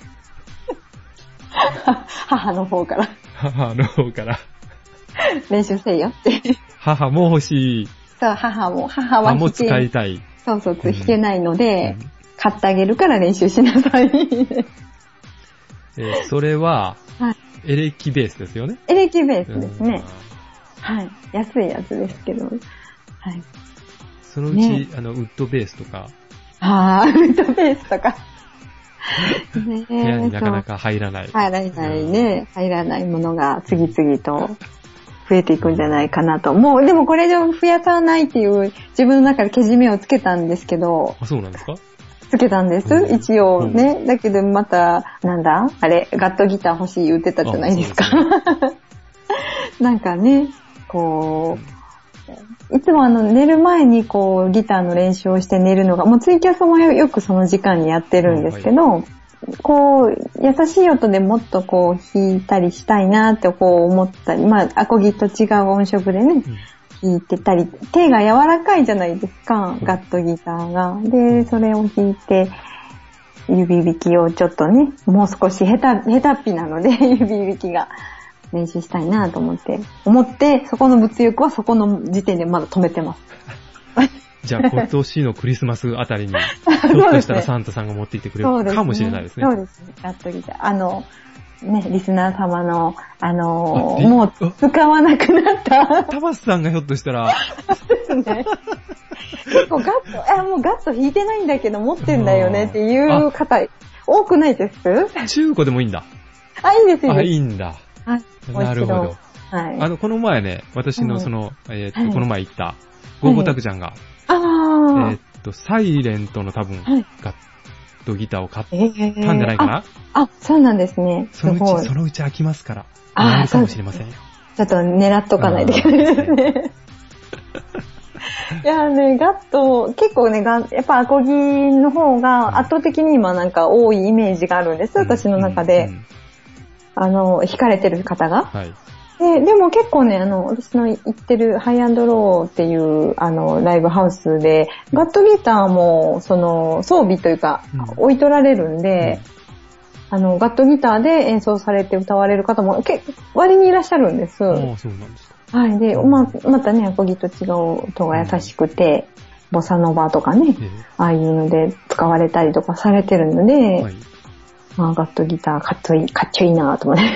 母の方から。 母の方から。 練習せえよって。 母も欲しい。 そう、母も、母は弾も使いたい。 そうそう、弾けないので、うん、買ってあげるから練習しなさい。 えー、それは、はい、エレキベースですよね。 エレキベースですね。はい。安いやつですけど。はい。 そのうち、ね、あの、ウッドベースとか。 ああ、ウッドベースとか。 ね、部屋になかなか入らない。 入らないね。入らないものが次々と増えていくんじゃないかなと。もう、でもこれで増やさないっていう自分の中でけじめをつけたんですけど。 あ、そうなんですか？ つけたんです。うん、一応ね、うん。だけどまた、なんだあれ、ガットギター欲しい言ってたじゃないですか。ですね、なんかね、こう、いつもあの寝る前にこうギターの練習をして寝るのが、もうツイキャスもよくその時間にやってるんですけど、はい、こう優しい音でもっとこう弾いたりしたいなってこう思ったり、まあアコギと違う音色でね、うん、弾いてたり、手が柔らかいじゃないですか、うん、ガットギターが。で、それを弾いて、指弾きをちょっとね、もう少し下手、下手っぴなので指弾きが。練習したいなと思って、思って、そこの物欲はそこの時点でまだ止めてます。 じゃあ今年のクリスマスあたりに、ひょっとしたらサンタさんが持ってきてくれるかもしれないですね。 そうですね。ガットギター。あの、ね、リスナー様の、あのー、もう使わなくなった。 タマスさんがひょっとしたら。ですね。 結構ガット、え、もうガット弾いてないんだけど持ってんだよねっていう方、多くないです？ 中古でもいいんだ。 あ、いいですよ。 あ、いいんだ。 はい。 なるほど。はい。あの、この前ね、私のその、はい、えー、っと、はい、この前行った、ゴーゴタクちゃんが、 はい、あえー、っと、サイレントの多分、はい、ガットギターを買ったんじゃないかな、 えー、あ, あ、そうなんですね。 そのうち、そのうち飽きますから、あるかもしれませんよ。 ちょっと狙っとかないといけないですね。いやね、ガット、結構ね、やっぱアコギの方が圧倒的に今なんか多いイメージがあるんです、私の中で。うんうんうん、あの、弾かれてる方が。はい。で、でも結構ね、あの、私の行ってるハイアンドローっていう、あの、ライブハウスで、ガットギターも、その、装備というか、うん、置いとられるんで、うん、あの、ガットギターで演奏されて歌われる方も、け割にいらっしゃるんです。 ああ、そうなんですか。 はい。で、ま、またね、アコギと違う音が優しくて、うん、ボサノバとかね、ああいうので使われたりとかされてるので、はい、まあ、ガットギターかっちょいい、かっちょいいなぁと思って。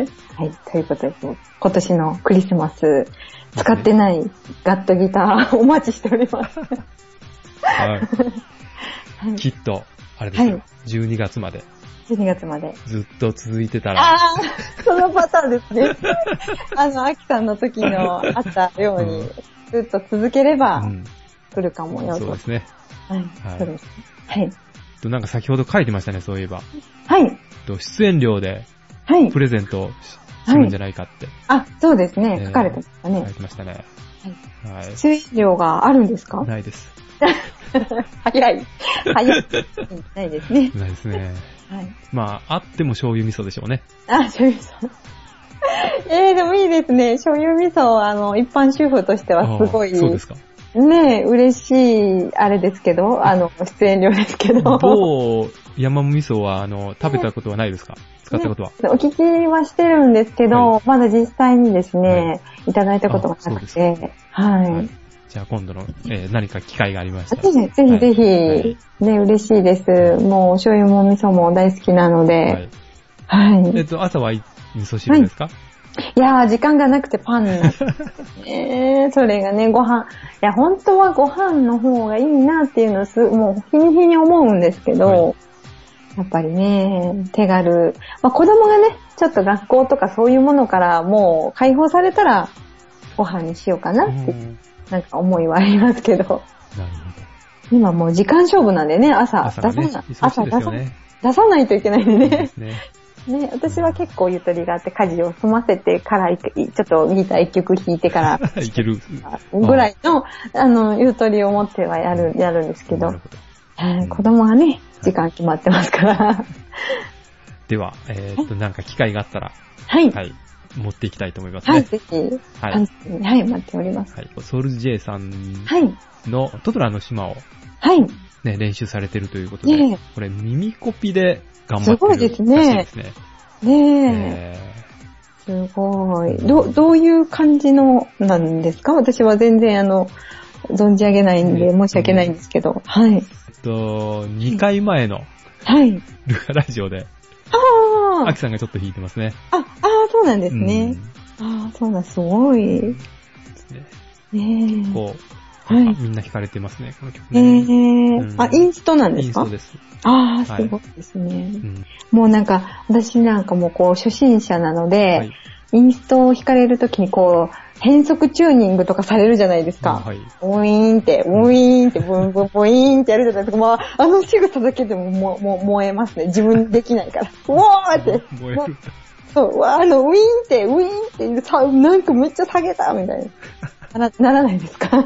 はい、ということで、今年のクリスマス、使ってないガットギターお待ちしております。 はいはい。きっと、あれですよ、はい、じゅうにがつまで。 じゅうにがつまで。 ずっと続いてたら。 ああ、そのパターンですね。あの、アキさんの時のあったように、うん、ずっと続ければ、来るかもよ、うん、 そうですね。 はい、はい、そうですね。はい。 なんか先ほど書いてましたね、そういえば。 はい。 出演料で、プレゼントをするんじゃないかって。 はい、あ、そうですね。書かれてましたね。 書いてましたね。 はい。出演料があるんですか？ ないです。 早い。早い。ないですね。 ないですね。はい。まあ、あっても醤油味噌でしょうね。 あ、醤油味噌。えー、でもいいですね。醤油味噌、あの、一般主婦としてはすごい。 そうですか。 ねえ、嬉しい、あれですけど、あの、出演料ですけど。 某山味噌は、あの、食べたことはないですか？使ったことは、 ね、お聞きはしてるんですけど、はい、まだ実際にですね、はい、いただいたことがなくて、はい、はい。 じゃあ今度の、えー、何か機会がありましたら。 ぜひ、ぜひぜひ、はい、ね、嬉しいです。もう、お醤油も味噌も大好きなので、はい。はい、 えっと、朝は味噌汁ですか？はいいやー、時間がなくてパンになって、ね。それがね、ご飯。いや、本当はご飯の方がいいなっていうのをす、もう日に日に思うんですけど、はい、 やっぱりね、手軽。まあ子供がね、ちょっと学校とかそういうものからもう解放されたら、ご飯にしようかなって、なんか思いはありますけど。なるほど。今もう時間勝負なんでね、朝、朝出さない、朝出さない、出さないといけないんでね。ですね。ね、私は結構ゆとりがあって家事を済ませてからちょっとギター一曲弾いてからいけるぐらいのあのゆとりを持ってはやるやるんですけど、えー、子供はね時間決まってますからではえー、っとなんか機会があったらはい、 はい、持っていきたいと思いますね。 はい、ぜひ、はい、はい、待っております。 はい、ソウルジェイさんのトトラの島をはいね練習されてるということで、ね、これ耳コピで頑張ってるらしいですね。 すごいですね。ねえ。すごい。ど、どういう感じのなんですか？私は全然あの、存じ上げないんで申し訳ないんですけど。はい。えっと、にかいまえの、 はい。 ルカラジオで、ああ。アキさんがちょっと弾いてますね。 あ、ああ、そうなんですね。うん、ああ、そうなん、すごい。ですね。ねえ。こう。 はい、みんな弾かれてますね、この曲ね。 えーうん、あ、インストなんですか？ インストです。 ああ、すごいですね、はいうん。もうなんか、私なんかもこう、初心者なので、はい、インストを弾かれるときにこう、変速チューニングとかされるじゃないですか。はい、ウィーンって、ウィーンって、ブンブンブイーンってやるじゃないですか。まあ、あの仕草だけでももう、もう燃えますね。自分できないから。うわーって。燃える。そう、あの、ウィーンって、ウィーンって、さ、なんかめっちゃ下げたみたいな。な, ならないですか？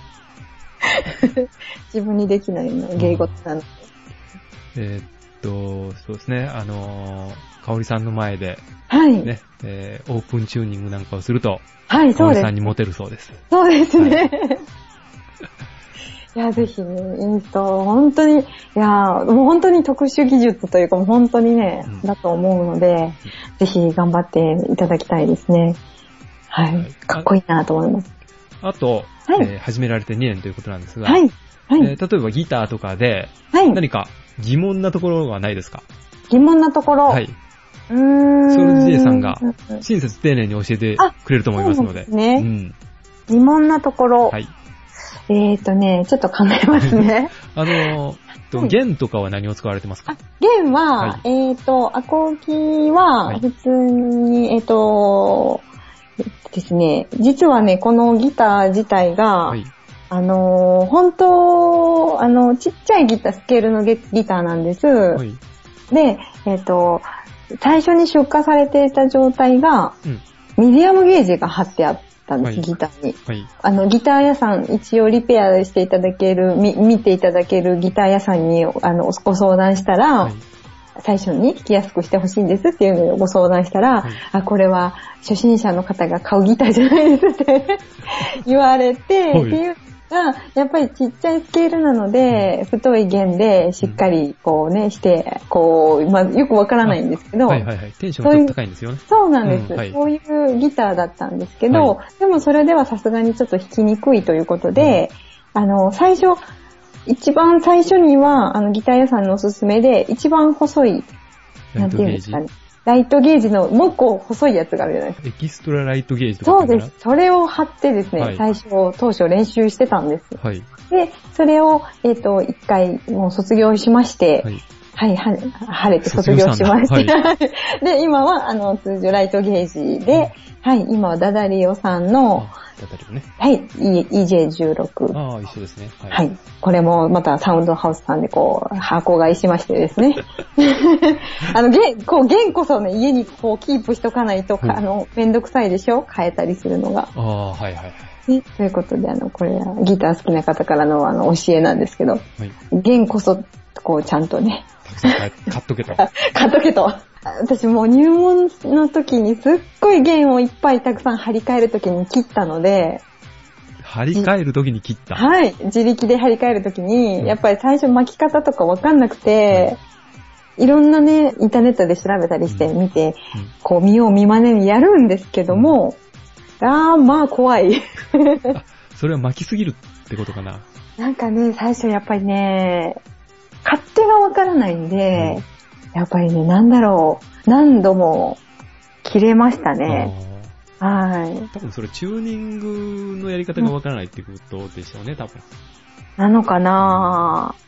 自分にできないの芸事なので、 うん、えー、っとそうですねあのー、香織さんの前ではいね、えー、オープンチューニングなんかをするとはいそうです。 香織さんにモテるそうです。 そうですね。はい、いやぜひねインスト本当にいやもう本当に特殊技術というかもう本当にね、うん、だと思うので、うん、ぜひ頑張っていただきたいですね。はい、はい、かっこいいなと思います。 あと。はいえー、始められてにねんということなんですが、 はいはいえー、例えばギターとかで、はい、何か疑問なところはないですか？ 疑問なところ、 はい、うーんソウルジェイさんが親切丁寧に教えてくれると思いますので、 そうですね、うん、疑問なところ、はい、えーとねちょっと考えますね。 あのー、弦とかは何を使われてますか？ 弦は、はい、えーとアコギは普通に、はい、えーとですね、実はね、このギター自体が、はい、あのー、本当、あの、ちっちゃいギター、スケールのギターなんです。はい、で、えっと、最初に出荷されていた状態が、うん、ミディアムゲージが貼ってあったんです、はい、ギターに、はい。あの、ギター屋さん、一応リペアしていただける、み見ていただけるギター屋さんに、あの、ご相談したら、はい、最初に弾きやすくしてほしいんですっていうのをご相談したら、はい、あ、これは初心者の方が買うギターじゃないですって言われて、はい、っていうのが、やっぱりちっちゃいスケールなので、うん、太い弦でしっかりこうね、して、こう、まあ、よくわからないんですけど、 はいはいはい、テンションがちょっと高いんですよね。 そうなんです、うんはい。そういうギターだったんですけど、はい、でもそれではさすがにちょっと弾きにくいということで、うん、あの、最初、一番最初には、あの、ギター屋さんのおすすめで、一番細い、なんていうんですかね。ライトゲージのもう一個細いやつがあるじゃないですか。 エキストラライトゲージとか。 そうです。それを貼ってですね、はい、最初、当初練習してたんです。はい。で、それを、えっと、一回もう卒業しまして、はい。はい、は、晴れて卒業しまして、はい、で、今は、あの、通常ライトゲージで、うん、はい、今はダダリオさんの、 ダダリオね。 はい、イージェーじゅうろく。 ああ、一緒ですね。 はい。はい。これもまたサウンドハウスさんでこう、箱買いしましてですね。あの、弦、こう、弦こそね、家にこう、キープしとかないと、うん、あの、めんどくさいでしょ？変えたりするのが。 ああ、はいはい。 ね、ということで、あの、これはギター好きな方からのあの、教えなんですけど、はい、弦こそ、こう、ちゃんとね。 たくさん買っとけと。 買っとけと。私もう入門の時にすっごい弦をいっぱいたくさん張り替える時に切ったので、 張り替える時に切った。 はい。自力で張り替える時に、うん、やっぱり最初巻き方とかわかんなくて、うん、いろんなね、インターネットで調べたりして見て、うん、こう見よう見まねにやるんですけども、うん、あーまあ怖い。 あ、それは巻きすぎるってことかな。 なんかね、最初やっぱりね、勝手がわからないんで、うん、やっぱりね、なんだろう、何度も切れましたね。はい。 多分それチューニングのやり方がわからないっていうことでしょうね、多分。 なのかな、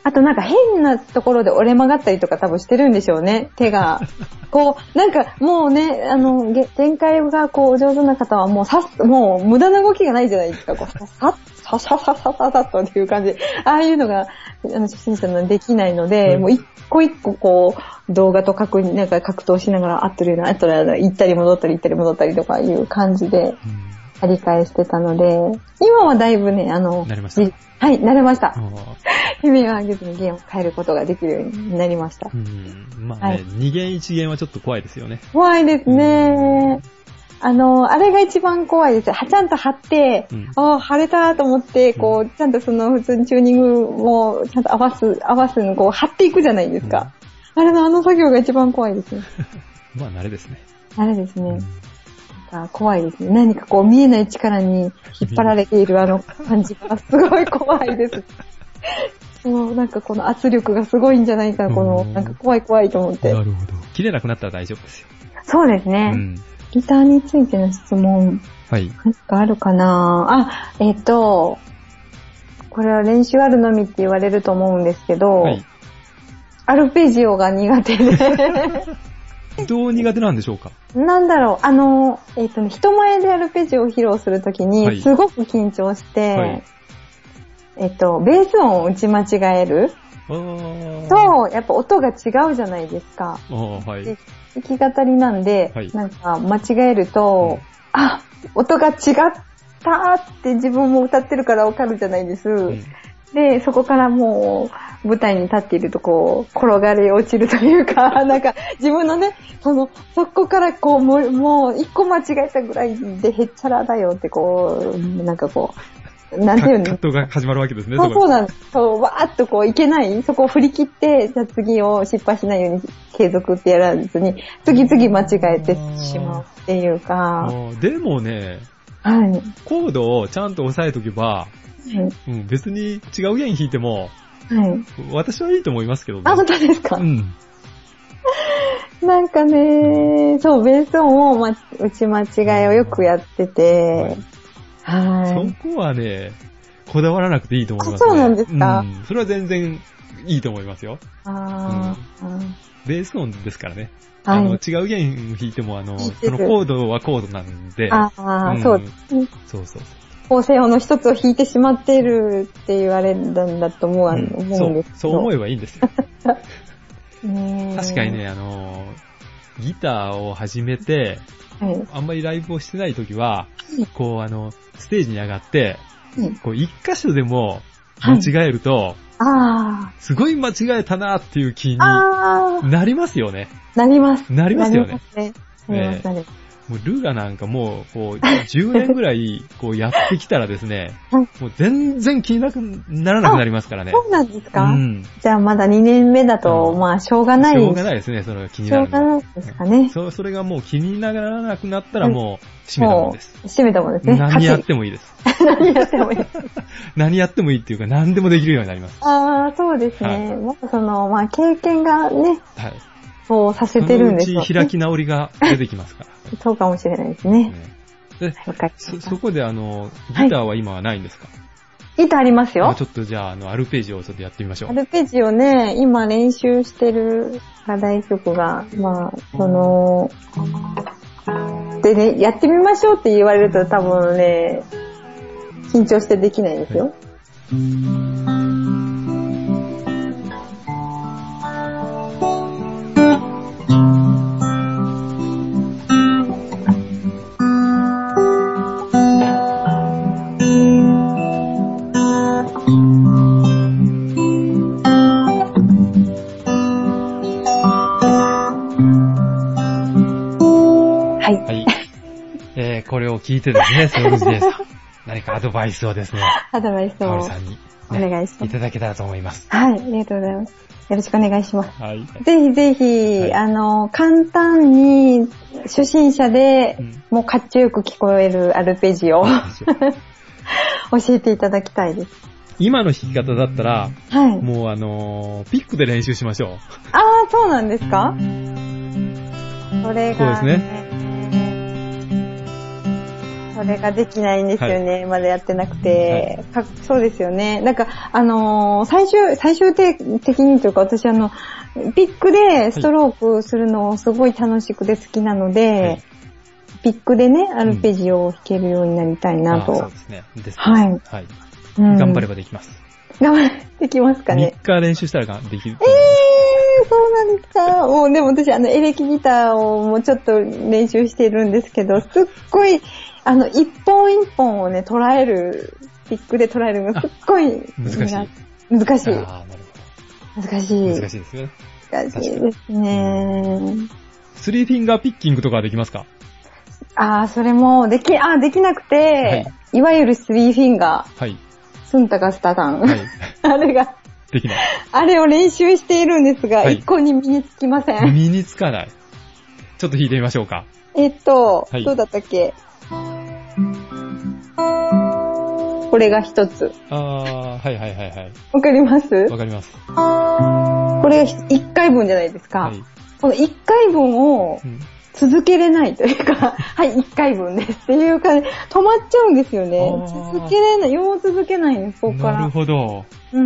あとなんか変なところで折れ曲がったりとか多分してるんでしょうね、手が。こう、なんかもうね、あの、限界がこう上手な方はもうさっ、もう無駄な動きがないじゃないですか。こうさっ、さっ、ささささささっとっていう感じ。ああいうのが、あの、初心者のできないので、うん、もう一個一個こう、動画と確認、なんか格闘しながら、あっとるな、あっとるな、行ったり戻ったり行ったり戻ったりとかいう感じで、やり返してたので、今はだいぶね、あの、 慣れました。 はい、慣れました。悲鳴を上げずに弦を変えることができるようになりました。 うん、まあね、はい、に弦いち弦はちょっと怖いですよね。 怖いですね。あの、あれが一番怖いです。は、ちゃんと張って、うん、ああ、張れたと思って、こう、うん、ちゃんとその普通にチューニングもちゃんと合わす、合わすのこう、張っていくじゃないですか。うん、あれのあの作業が一番怖いですね。 まあ、慣れですね。 慣れですね。うん怖いですね。何かこう見えない力に引っ張られているあの感じがすごい怖いです。もうなんかこの圧力がすごいんじゃないか、この、なんか怖い怖いと思って。 なるほど。切れなくなったら大丈夫ですよ。 そうですね。うん、ギターについての質問。はい。何かあるかなあ、えっと、これは練習あるのみって言われると思うんですけど、はい、アルペジオが苦手で。 どう苦手なんでしょうか？ なんだろう、あの、えっとね、人前でアルペジオを披露するときに、すごく緊張して、はい、えっと、ベース音を打ち間違えると、やっぱ音が違うじゃないですか。はい、で弾き語りなんで、はい、なんか間違えると、うん、あ、音が違ったって自分も歌ってるからわかるじゃないです。うん、で、そこからもう、舞台に立っているとこう、転がり落ちるというか、なんか自分のね、その、そこからこう、もう、もう一個間違えたぐらいでへっちゃらだよってこう、なんかこう、なんていうの？ 葛藤が始まるわけですね。 そうそうなんです。そう、わーっとこういけない、そこを振り切って、じゃあ次を失敗しないように継続ってやらずに、次々間違えてしまうっていうか。 でもね、 はい。 コードをちゃんと押さえとけば、はい、うん、別に違う弦弾いても、はい。私はいいと思いますけどね。 あ、本当ですか？ うん。 なんかね、そう、ベース音を、ま、打ち間違いをよくやってて、はい。 そこはね、こだわらなくていいと思いますね。 そうなんですか？ うん。それは全然いいと思いますよ。 あー、うん、 ベース音ですからね。はい、あの、違う弦弾いても、あの、そのコードはコードなんで。 ああ、うん、そう。 そうそうそう。 構成音の一つを弾いてしまっているって言われるんだと思う、うん、思うんですけど。 そう、そう思えばいいんですよ。確かにね、あの、ギターを始めて、はい、あんまりライブをしてないときは、こう、あの、ステージに上がって、はい、こう、一箇所でも間違えると、はい、あすごい間違えたなっていう気になりますよね。 なります。 なりますよね。 なりますね。なります、なります。 もうルガなんかもう、こう、じゅうねんぐらい、こうやってきたらですね、はい、もう全然気になくならなくなりますからね。 そうなんですか？うん。じゃあまだにねんめだと、うん、まあ、しょうがない。 しょうがないですね、それが気になるの。 しょうがないですかね。 そ, それがもう気にならなくなったらもう、閉めたもんです。 閉めたもんですね。 何やってもいいです。 何やってもいい。 何やってもいいっていうか、何でもできるようになります。 ああ、そうですね。はい、まあ、その、まあ、経験がね、はい。そうさせてるんですよ、ね。 そのうち開き直りが出てきますから。 そうかもしれないですね。ねでそ, そこであの、ギターは今はないんですか？はい、 ギターありますよ。 ちょっとじゃあ、あの、アルペジオをちょっとやってみましょう。 アルペジオね、今練習してる課題曲が、まあ、その、でね、やってみましょうって言われると多分ね、緊張してできないですよ。はいこれを聞いてですね、ソウルジェイさん、何かアドバイスをですね、 アドバイスを、 カオルさんに、ね、 お願いします。 いただけたらと思います。 はい、ありがとうございます。よろしくお願いします。はい。ぜひぜひ、はい、あの、簡単に、初心者で、うん、もうかっちょよく聞こえるアルペジオを教えていただきたいです。 今の弾き方だったら、はい、もうあのー、ピックで練習しましょう。 ああ、そうなんですか？それが、ね、 そうですね。 そそれができないんですよね。はい、まだやってなくて、はい。そうですよね。なんか、あのー、最終、最終的にというか、私あの、ピックでストロークするのをすごい楽しくて好きなので、はい、ピックでね、アルペジオを弾けるようになりたいなと。うん、 そうですね。です。 はい。 はい。うん、頑張ればできます。 頑張れ、できますかね。 みっか練習したらできる。 えー、そうなんですか。もうでも私あのエレキギターをもうちょっと練習してるんですけど、すっごい、あの、一本一本をね、捉える、ピックで捉えるのがすっごい難しい。 難しい。 ああ、なるほど。 難しい。 難しいですね。 難しいですね。 スリーフィンガーピッキングとかはできますか？ ああ、それも、でき、あ、できなくて、はい、いわゆるスリーフィンガー。 はい。 スンタカスタタン。はい。あれが。 できない。 あれを練習しているんですが、はい、一向に身につきません。 身につかない。ちょっと弾いてみましょうか。 えっと、はい、どうだったっけ？これが一つ。 ああ、はいはいはいはい。 わかります？ わかります。 これが一回分じゃないですか。はい、この一回分を続けれないというか、はい、一回分ですっていうか、止まっちゃうんですよね。続けれない、よう続けないんです、ここから。 なるほど。 うん。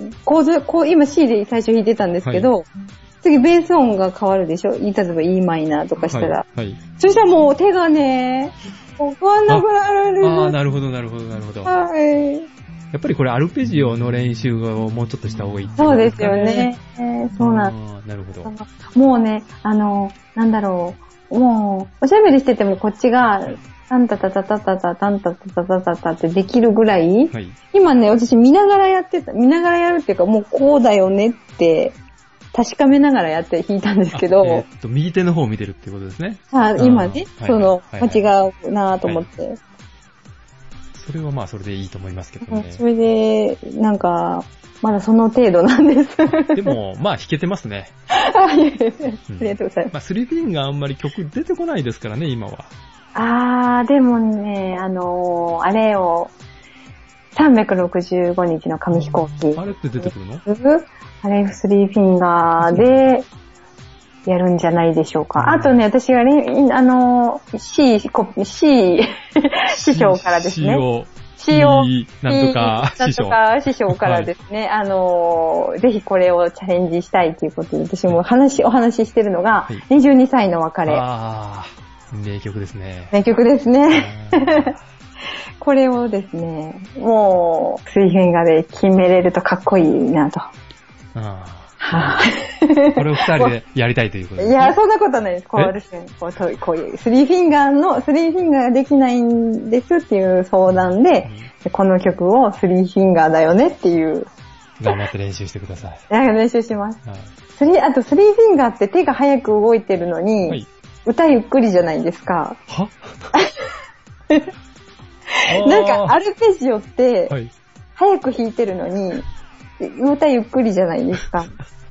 構図、こう、今 C で最初弾いてたんですけど、はい、次ベース音が変わるでしょ？例えば E マイナーとかしたら。はい。はい、そしたらもう手がね、わかんなくなるんです。 ああ、なるほどなるほどなるほど。はい。やっぱりこれアルペジオの練習をもうちょっとした方がいいってことですかね。 そうですよね。えー、そうなんです。 なるほど。 もうね、あの、なんだろう、もう、おしゃべりしててもこっちが、タンタタタタタタタンタタタタタタってできるぐらい、はい、今ね、私見ながらやってた、見ながらやるっていうか、もうこうだよねって確かめながらやって弾いたんですけど、えー、っと右手の方を見てるってことですね。 あ、今ね、その、間違うなぁと思って。はい、 それはまあそれでいいと思いますけどね。 それで、なんか、まだその程度なんです。 でも、まあ弾けてますね。 あ、いえいえ、ありがとうございます。 まあスリーフィンがあんまり曲出てこないですからね、今は。 あー、でもね、あのー、あれを、さんびゃくろくじゅうごにちの紙飛行機。 あれって出てくるの？ あれスリーフィンガーでやるんじゃないでしょうか。あとね、私がね、あのー、C、C、師匠からですね。 C を、なんとか師匠。 なんとか師匠からですね、はい、あのー、ぜひこれをチャレンジしたいということで、私も話、お話ししてるのが、はい、にじゅうにさいの別れ。 あー、名曲ですね。 名曲ですね。これをですね、もう、水平画で決めれるとかっこいいなと。 あはぁ、これを二人でやりたいということですね。 いや、そんなことないです。こうですね、こう、こういう、スリーフィンガーの、スリーフィンガーができないんですっていう相談で、うん、この曲をスリーフィンガーだよねっていう。 頑張って練習してください。 練習します。はい、スリー、あとスリーフィンガーって手が早く動いてるのに、はい、歌ゆっくりじゃないですか。 はなんかアルペジオって、はい、早く弾いてるのに、歌ゆっくりじゃないですか。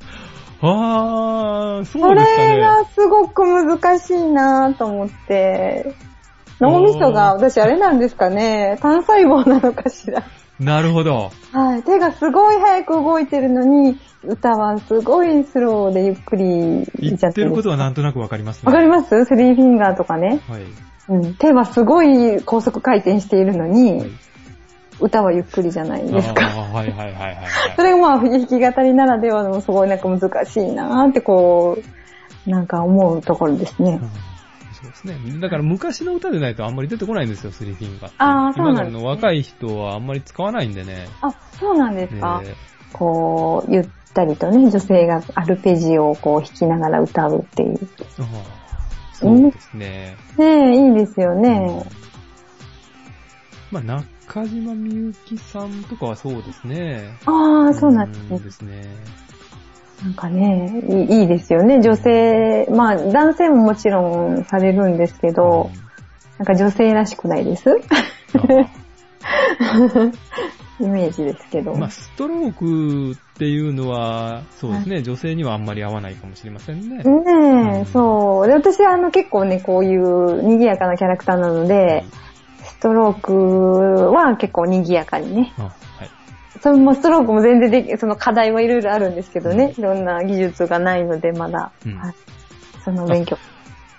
あー、そうですかね。 それがすごく難しいなぁと思って、脳みそが私あれなんですかね、単細胞なのかしら。 なるほど。 はい、手がすごい早く動いてるのに、歌はすごいスローでゆっくり言ってることはなんとなくわかりますね。 わかります？スリーフィンガーとかね。はい。うん、手はすごい高速回転しているのに、はい、歌はゆっくりじゃないですか。 あ、はいはいはいはい、はい。 それがまあ弾き語りならではのすごいなんか難しいなーってこう、なんか思うところですね。うん、 そうですね。だから昔の歌でないとあんまり出てこないんですよ、スリーフィンガーって。 ああ、そうなんです、ね。 今の若い人はあんまり使わないんでね。 あ、そうなんですか。ね、こう、ゆったりとね、女性がアルペジオをこう弾きながら歌うっていう。 ああ、そうですね。 ねえ、いいですよね。 うん、まあ、中島みゆきさんとかはそうですね。 ああ、そうなんですね。 そうですね。 なんかねいい、いいですよね。女性、まあ男性ももちろんされるんですけど、うん、なんか女性らしくないですイメージですけど。 まあストロークっていうのは、そうですね、はい、女性にはあんまり合わないかもしれませんね。 ねえ、うん、そう。で、私はあの結構ね、こういう賑やかなキャラクターなので、はい、ストロークは結構賑やかにね。あ、はい。それもストロークも全然でき、その課題はいろいろあるんですけどね、うん、いろんな技術がないのでまだ、うん、はい、その勉強。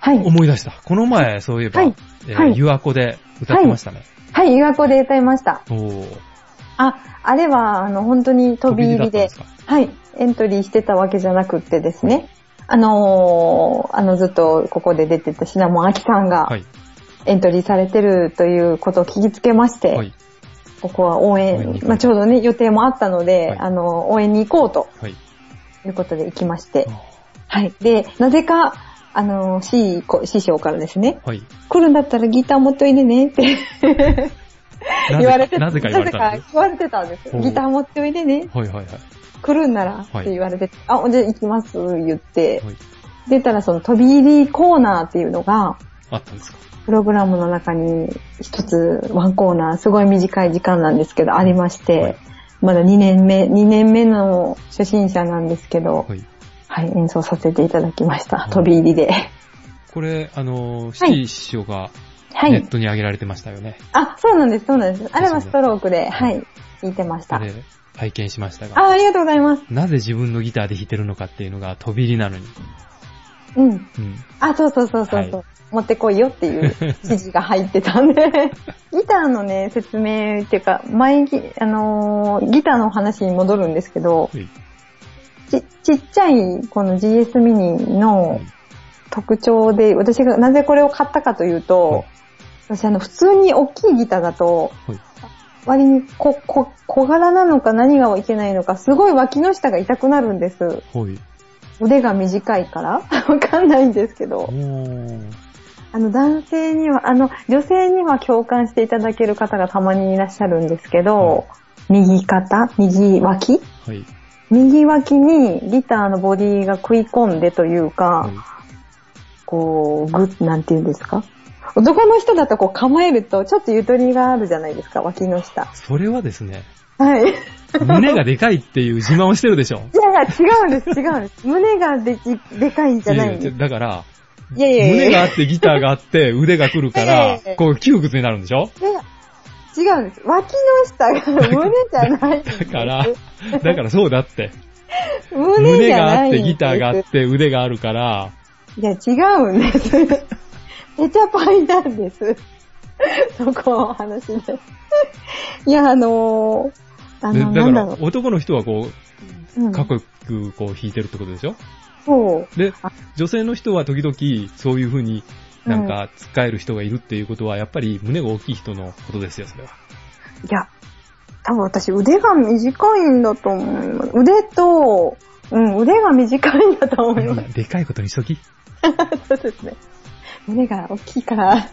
はい。 思い出した。この前、そういえば、はい。えー、はい。ゆわこで歌ってましたね。 はい、はい、ゆわこで歌いました。 おー。 あ、あれは、あの、本当に飛び入りで、はい、エントリーしてたわけじゃなくってですね、あのー、あの、ずっとここで出てたシナモンアキさんが、はい。エントリーされてるということを聞きつけまして、はい。ここは応援、まあ、ちょうどね、予定もあったので、はい、あの、応援に行こうと、はい。いうことで行きまして、はい。で、なぜか、あの、師匠からですね、はい。来るんだったらギター持っといでねって言われてた。 なぜか言われたんです。 なぜか言われてたんです。ギター持っておいでね。はいはいはい。来るんならって言われて、はい、あ、じゃあ行きます言って、はい、出たらその飛び入りコーナーっていうのが、 あったんですか。 プログラムの中に一つワンコーナー、すごい短い時間なんですけど、ありまして、はい、まだにねんめ、にねんめの初心者なんですけど、はい、はい、演奏させていただきました。飛び入りで。 これ、あの、シティ師匠がネットに上げられてましたよね。 はい、あ、そうなんです、そうなんです。あれはストロークで、はい、弾いてました。 あれ、拝見しましたが。 あ、ありがとうございます。 なぜ自分のギターで弾いてるのかっていうのが飛び入りなのに。 うん。うん。あ、そうそうそうそう。はい、持ってこいよっていう指示が入ってたんで。ギターのね、説明っていうか、前ギ、あのー、ギターの話に戻るんですけど、はい、ち、ちっちゃいこの ジーエス ミニの特徴で、私がなぜこれを買ったかというと、はい、私あの、普通に大きいギターだと、はい、割にこ、こ、小柄なのか何がいけないのか、すごい脇の下が痛くなるんです。はい、腕が短いからわかんないんですけど。あの、男性には、あの、女性には共感していただける方がたまにいらっしゃるんですけど、はい、右肩、右脇、はい、右脇にギターのボディが食い込んでというか、はい、こう、グッ、なんていうんですか？男の人だとこう構えるとちょっとゆとりがあるじゃないですか、脇の下。 それはですね。 はい。 胸がでかいっていう自慢をしてるでしょ。 いやいや、違うんです、違うんです。胸ができ、でかいんじゃないんです。いやいやだから、 いやいやいや胸があってギターがあって腕が来るから、こう窮屈になるんでしょ。いやいや違うんです。脇の下が胸じゃないんです。 だから、だからそうだって。 胸じゃないんです。 胸があってギターがあって腕があるから。 いや、違うんです。めちゃパイなんです。そこの話で。いや、あのー、あの、 だから男の人はこう、うん、かっこよくこう弾いてるってことでしょ。 そう。 で、女性の人は時々そういう風になんか使える人がいるっていうことは、やっぱり胸が大きい人のことですよ、それは。 いや、多分私腕が短いんだと思います。腕と、うん、腕が短いんだと思います。 でかいことにしとき。 そうですね。胸が大きいから。い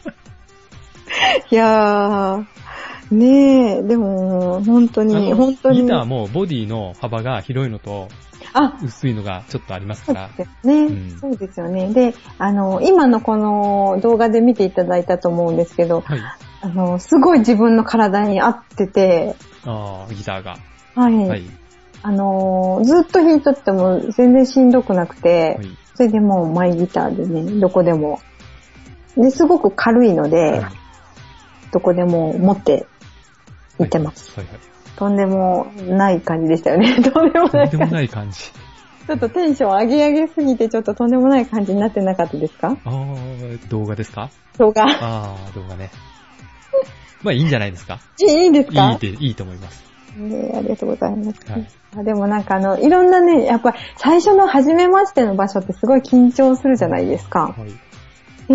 やー、ねえ、でも、本当に、本当に。 ギターもボディの幅が広いのと、あ、薄いのがちょっとありますから。 そうですね、うん。そうですよね。で、あの、今のこの動画で見ていただいたと思うんですけど、はい、あの、すごい自分の体に合ってて、 ああ、ギターが。 はい。はい、あの、ずっと弾いとっても全然しんどくなくて、はい、それでもうマイギターでね、どこでも。で、すごく軽いので、はい、どこでも持って行ってます。はいはいはい、とんでもない感じでしたよね。とんでもない感じ。 とんでもない感じ。 ちょっとテンション上げ上げすぎてちょっととんでもない感じになってなかったですか？ あー、動画ですか？ 動画。 あー、動画ね。まあいいんじゃないですか？ いいんですか？ いいって、いいと思います。 ね、ありがとうございます。はい、あでもなんかあの、いろんなね、やっぱり最初の初めましての場所ってすごい緊張するじゃないですか。はい、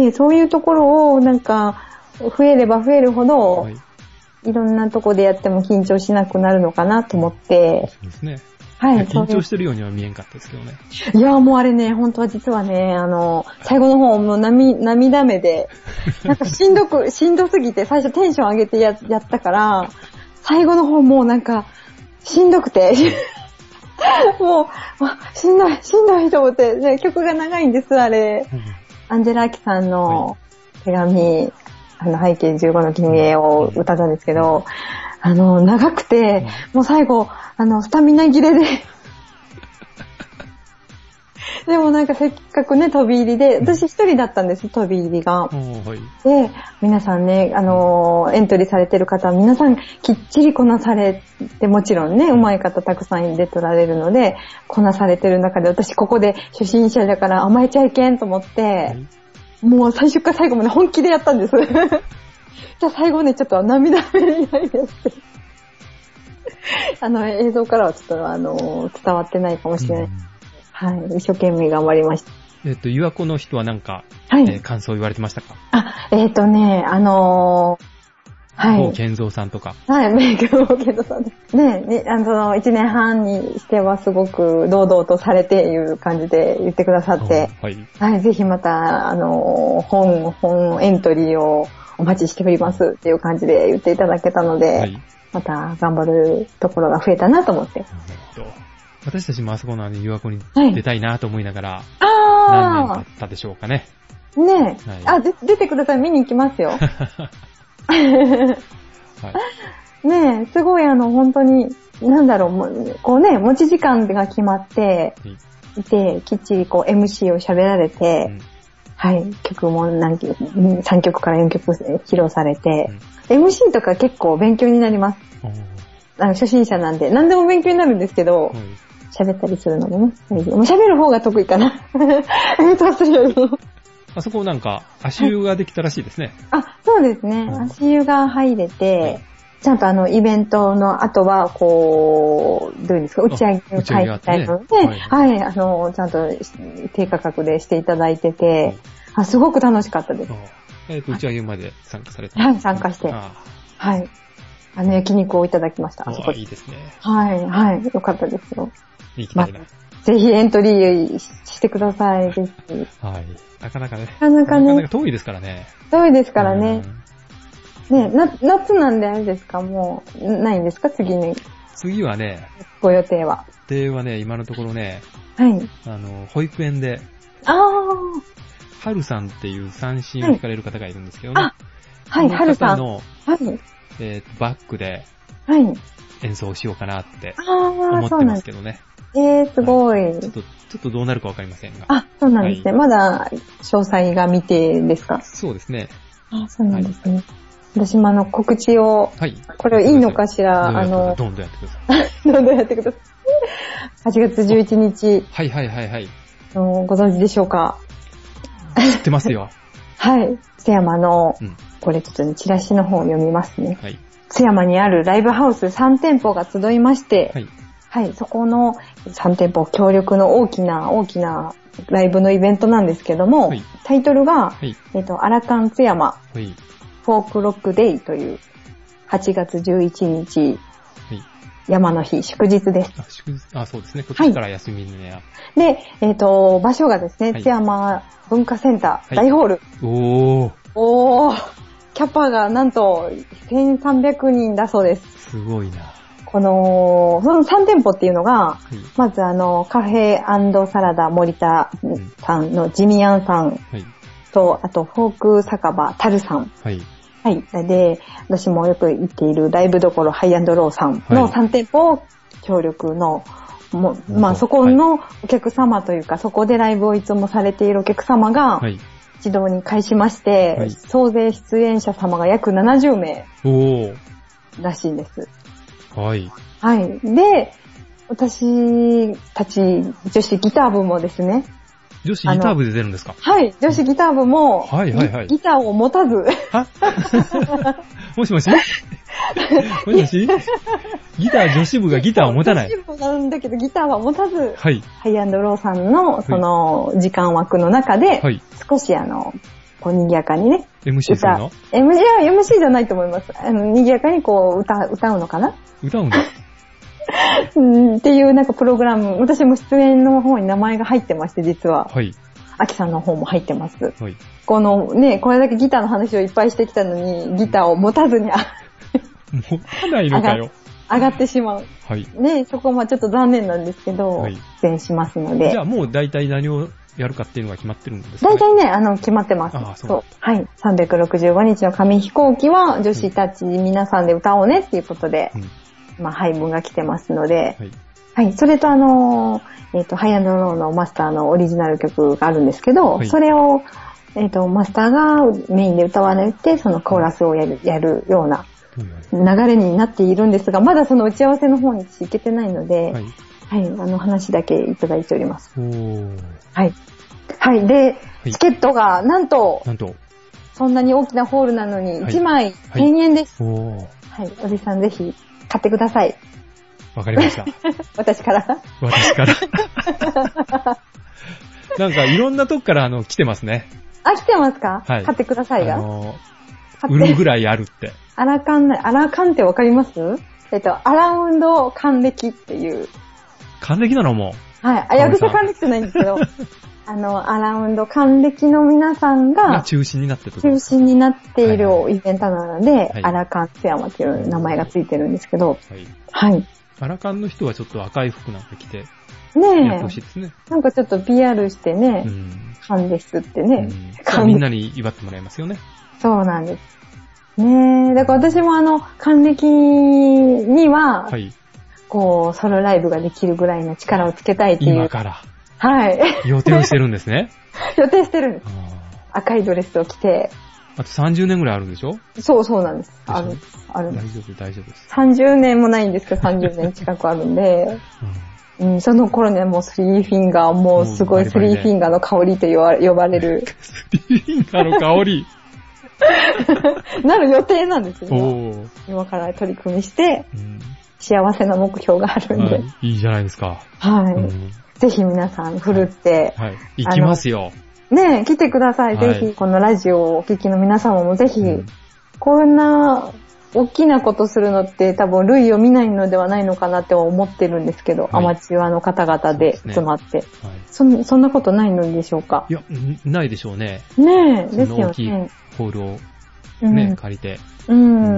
でそういうところをなんか、増えれば増えるほど、はい、いろんなとこでやっても緊張しなくなるのかなと思って。 そうですね。 はい。 緊張してるようには見えんかったですけどね。 いや、もうあれね、本当は実はね、あの、最後の方もう涙、涙目で、なんかしんどく、しんどすぎて、最初テンション上げてや、やったから、最後の方もうなんか、しんどくて、もう、しんどい、しんどいと思って、ね、曲が長いんです、あれ。アンジェラ・アキさんの手紙、はい、あの、背景じゅうごの君へを歌ったんですけど、あの、長くて、もう最後、あの、スタミナ切れで、でもなんかせっかくね、飛び入りで、私一人だったんです、飛び入りが。はい、で、皆さんね、あの、エントリーされてる方は皆さんきっちりこなされて、もちろんね、上手い方たくさん出てられるので、こなされてる中で、私ここで初心者だから甘えちゃいけんと思って、はい、 もう最初から最後まで本気でやったんです。じゃあ最後ね、ちょっと涙目になりまして。あの、映像からはちょっと、あの、伝わってないかもしれない。うん、はい。一生懸命頑張りました。 えっと、琵琶湖の人はなんか、はい、えー、感想言われてましたか？ あ、えっとね、あのー、はい。 郷健三さんとか。 はい、メイク郷健三さんです。ね、ね、あの、その、一年半にしてはすごく堂々とされている感じで言ってくださって、はい。はい、ぜひまた、あの、本、本エントリーをお待ちしておりますっていう感じで言っていただけたので、はい、また頑張るところが増えたなと思って。 私たちもあそこのあの、琵琶湖に出たいなと思いながら、はい、あ何年経ったでしょうかね。 ねえ、はい、あ、で、出てください、見に行きますよ。はい、ねえ、すごいあの、本当に、なんだろう、もうこうね、持ち時間が決まっていて、きっちりこう エムシー を喋られて、うん、はい、曲も何曲、さんきょくからよんきょく披露されて、うん、エムシー とか結構勉強になります。あの初心者なんで、何でも勉強になるんですけど、喋、うん、ったりするのでね、もう喋る方が得意かな。演奏するよりも。 あそこなんか足湯ができたらしいですね。 はい、あ、そうですね。うん、足湯が入れて、はい、ちゃんとあのイベントの後はこうどういうんですか、打ち上げを開催ので、ね、はい、はい、あのちゃんと低価格でしていただいてて、はい、あすごく楽しかったです。 えっと打ち上げまで参加された。 はい、参加して、あはい。あの焼肉をいただきました。 あそこいいですね。 はい、はい、よかったですよ。 行きたいな。まぜひエントリーしてください。ぜひ。 はい。なかなかね。 なかなかね。 なかなか遠いですからね。 遠いですからね。ね、な、夏なんであれですか？もう、ないんですか？次に。 次はね。 ご予定は。 予定はね、今のところね。 はい。 あの、保育園で。 ああ。 はるさんっていう三振を弾かれる方がいるんですけどね。 あ、はい、はるさん。 の、 はい。 えー、バックで。 はい。 演奏しようかなって思ってますけどね。 えー、すごい、はい。 ちょっと、ちょっとどうなるかわかりませんが。 あ、そうなんですね。はい、まだ、詳細が未定ですか？ そうですね。 あ、そうなんですね。はい、私もあの、告知を、はい。これいいのかしら、あの、 どんどんやってください。 どんどんやってください。はちがつじゅういちにち。 はいはいはいはい。 ご存知でしょうか？ 知ってますよ。 はい。津山の、うん、これちょっと、ね、チラシの方を読みますね。はい。津山にあるライブハウスさんてんぽが集いまして、はい。はい、そこのさんてんぽ協力の大きな大きなライブのイベントなんですけども、はい、タイトルが、はい、えっと、アラカン津山、はい、フォークロックデイというはちがつじゅういちにち、はい、山の日、祝日です。 あ、祝日、あ、そうですね。こっちから休みね、はい。 で、えっと、場所がですね、はい、津山文化センター、はい、大ホール。 おー。 おー。キャパがなんとせんさんびゃくにんだそうです。 すごいな。 この、そのさんてんぽっていうのが、はい、まずあの、カフェ&サラダ森田さんのジミアンさんと、はい、あと、フォーク酒場タルさん。はい。はい。で、私もよく行っているライブどころハイ&ローさんのさんてんぽ協力の、もまあそこのお客様というか、はい、そこでライブをいつもされているお客様が、はい、一堂に会しまして、はい、総勢出演者様が約ななじゅうめいらしいんです。 はい。 はい。で、私たち女子ギター部もですね。 女子ギター部で出るんですか？ はい。女子ギター部も、 はいはいはい。 ギターを持たず。 はもしもしもしもしギター女子部がギターを持たない。 女子部なんだけどギターは持たず、 はい。 ハイ&ローさんのその時間枠の中で、はい。少しあの、こう賑やかにね。 エムシー するの？ エムシー、エムシー じゃないと思います。あの、賑やかにこう歌、歌うのかな？ 歌うんだ。 っていうなんかプログラム、私も出演の方に名前が入ってまして、実は。はい。アキさんの方も入ってます。はい。このね、これだけギターの話をいっぱいしてきたのに、ギターを持たずに持たないのかよ。 上がってしまう。はい。ね、そこはちょっと残念なんですけど、はい。出演しますので。 じゃあもう大体何をやるかっていうのが決まってるんですかね？ 大体ね、あの、決まってます。ああ、そう。そう。はい。さんびゃくろくじゅうごにちの紙飛行機は女子たち皆さんで歌おうねっていうことで、うん、まあ、配分が来てますので、はい。はい。それとあの、えっと、ハイ&ローのマスターのオリジナル曲があるんですけど、はい、それを、えっと、マスターがメインで歌われて、そのコーラスをやる、やるような流れになっているんですが、まだその打ち合わせの方に行けてないので、はい。はい。あの話だけいただいております。おー。はい。はい。で、 チケットが、なんと、 なんと、 そんなに大きなホールなのに、いちまいせんえんです。 はい。 はい、おじさんぜひ、買ってください。 わかりました。 私から私から。なんか、いろんなとこから、あの、来てますね。 あ、来てますか？はい。買ってくださいが。あのー、 売るぐらいあるって。 アラカン、アラカンってわかります？えっと、アラウンド還暦っていう。 還暦なのもう。はい。あ、役者還暦じゃないんですけど、あの、アラウンド還暦の皆さんが、 中心になってる中心になっているイベントなので、はいはい、アラカン津山っていう名前がついてるんですけど、はい。はい。 アラカンの人はちょっと赤い服なんか着て、 ねえ。 やってほしいですね。 なんかちょっと ピーアール してね、うん。勘ですってね。 うん、みんなに祝ってもらいますよね。 そうなんです。ねえ、だから私もあの、還暦には、はい、こう、ソロライブができるぐらいの力をつけたいっていう。 今から。 はい。 予定をしてるんですね。 予定してるんです。赤いドレスを着て。 あとさんじゅうねんぐらいあるんでしょ？ そうそうなんです。ある。ある。 大丈夫、大丈夫です。 さんじゅうねんもないんですけど、さんじゅうねん近くあるんで。うんうん、その頃にはもうスリーフィンガー、もうすごいスリーフィンガーの香りと呼ばれる。 スリーフィンガーの香りなる予定なんですよ。今から取り組みして、うん、幸せな目標があるんで、 はい。いいじゃないですか。 はい。うん、ぜひ皆さん、ふるって、 はいはい、行きますよ。 ねえ、来てください。はい、ぜひ、このラジオをお聞きの皆様もぜひ、うん、こんな大きなことするのって多分類を見ないのではないのかなって思ってるんですけど、はい、アマチュアの方々で集まって。 そ, ね、はい、そ, んそんなことないのでしょうか？ いや、ないでしょうね。 ねえ、ですよね。 大きいホールをね、うん、借りて。 うん。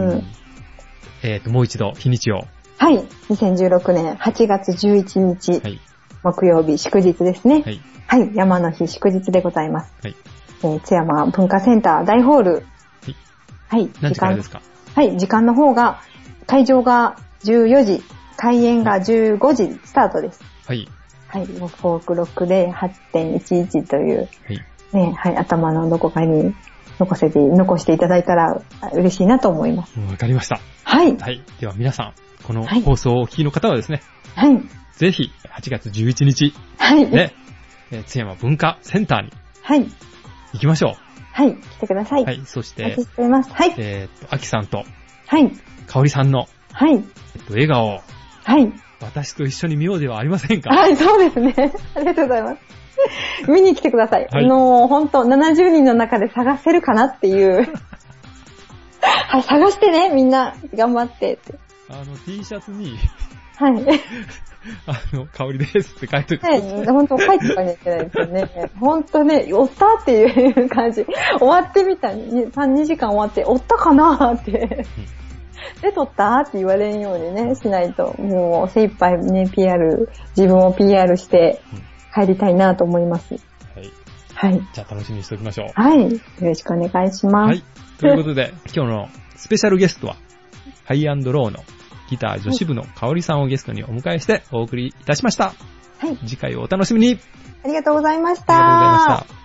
うん、 えっと、もう一度、日にちを。 はい。にせんじゅうろくねんはちがつじゅういちにち。はい。木曜日、祝日ですね。はい。はい。山の日祝日でございます。はい。えー、津山文化センター大ホール。はい。はい。 何時からですか？ はい。時間の方が、会場がじゅうよじ、開演がじゅうごじスタートです。はい。はい。フォークロックで はちてんいちいち という、はい。ね、はい。頭のどこかに残せて、残していただいたら嬉しいなと思います。 わかりました。 はい。 はい。では皆さん、この放送をお聞きの方はですね。 はい。 ぜひ、はちがつじゅういちにち。 はい。 ね。えー、津山文化センターに。 はい。 行きましょう。 はい。来てください。 はい。そして、 お待ちしております。はい。 えー、っと、あきさんと、 はい。 かおりさんの、 はい。 えっと、笑顔を、 はい。 私と一緒に見ようではありませんか？ はい、そうですね。ありがとうございます。見に来てください。はい、あのー、ほんと、ななじゅうにんの中で探せるかなっていう。はい、探してね、みんな、頑張ってって。 あの、T シャツに、 はい。 あの、香りですって書いておいて。 はい、ほんと書いておかなきゃいけないですよね。ほんとね、おったっていう感じ。終わってみた、にじかん終わって、おったかなって。で、撮ったって言われんようにね、しないと、もう精一杯ね、ピーアール、自分を ピーアール して帰りたいなと思います。はい。はい。 じゃあ楽しみにしておきましょう。 はい。よろしくお願いします。はい。 ということで、今日のスペシャルゲストは、ハイアンドローのギター女子部のかおりさんをゲストにお迎えしてお送りいたしました。はい。次回をお楽しみに。 ありがとうございました。 ありがとうございました。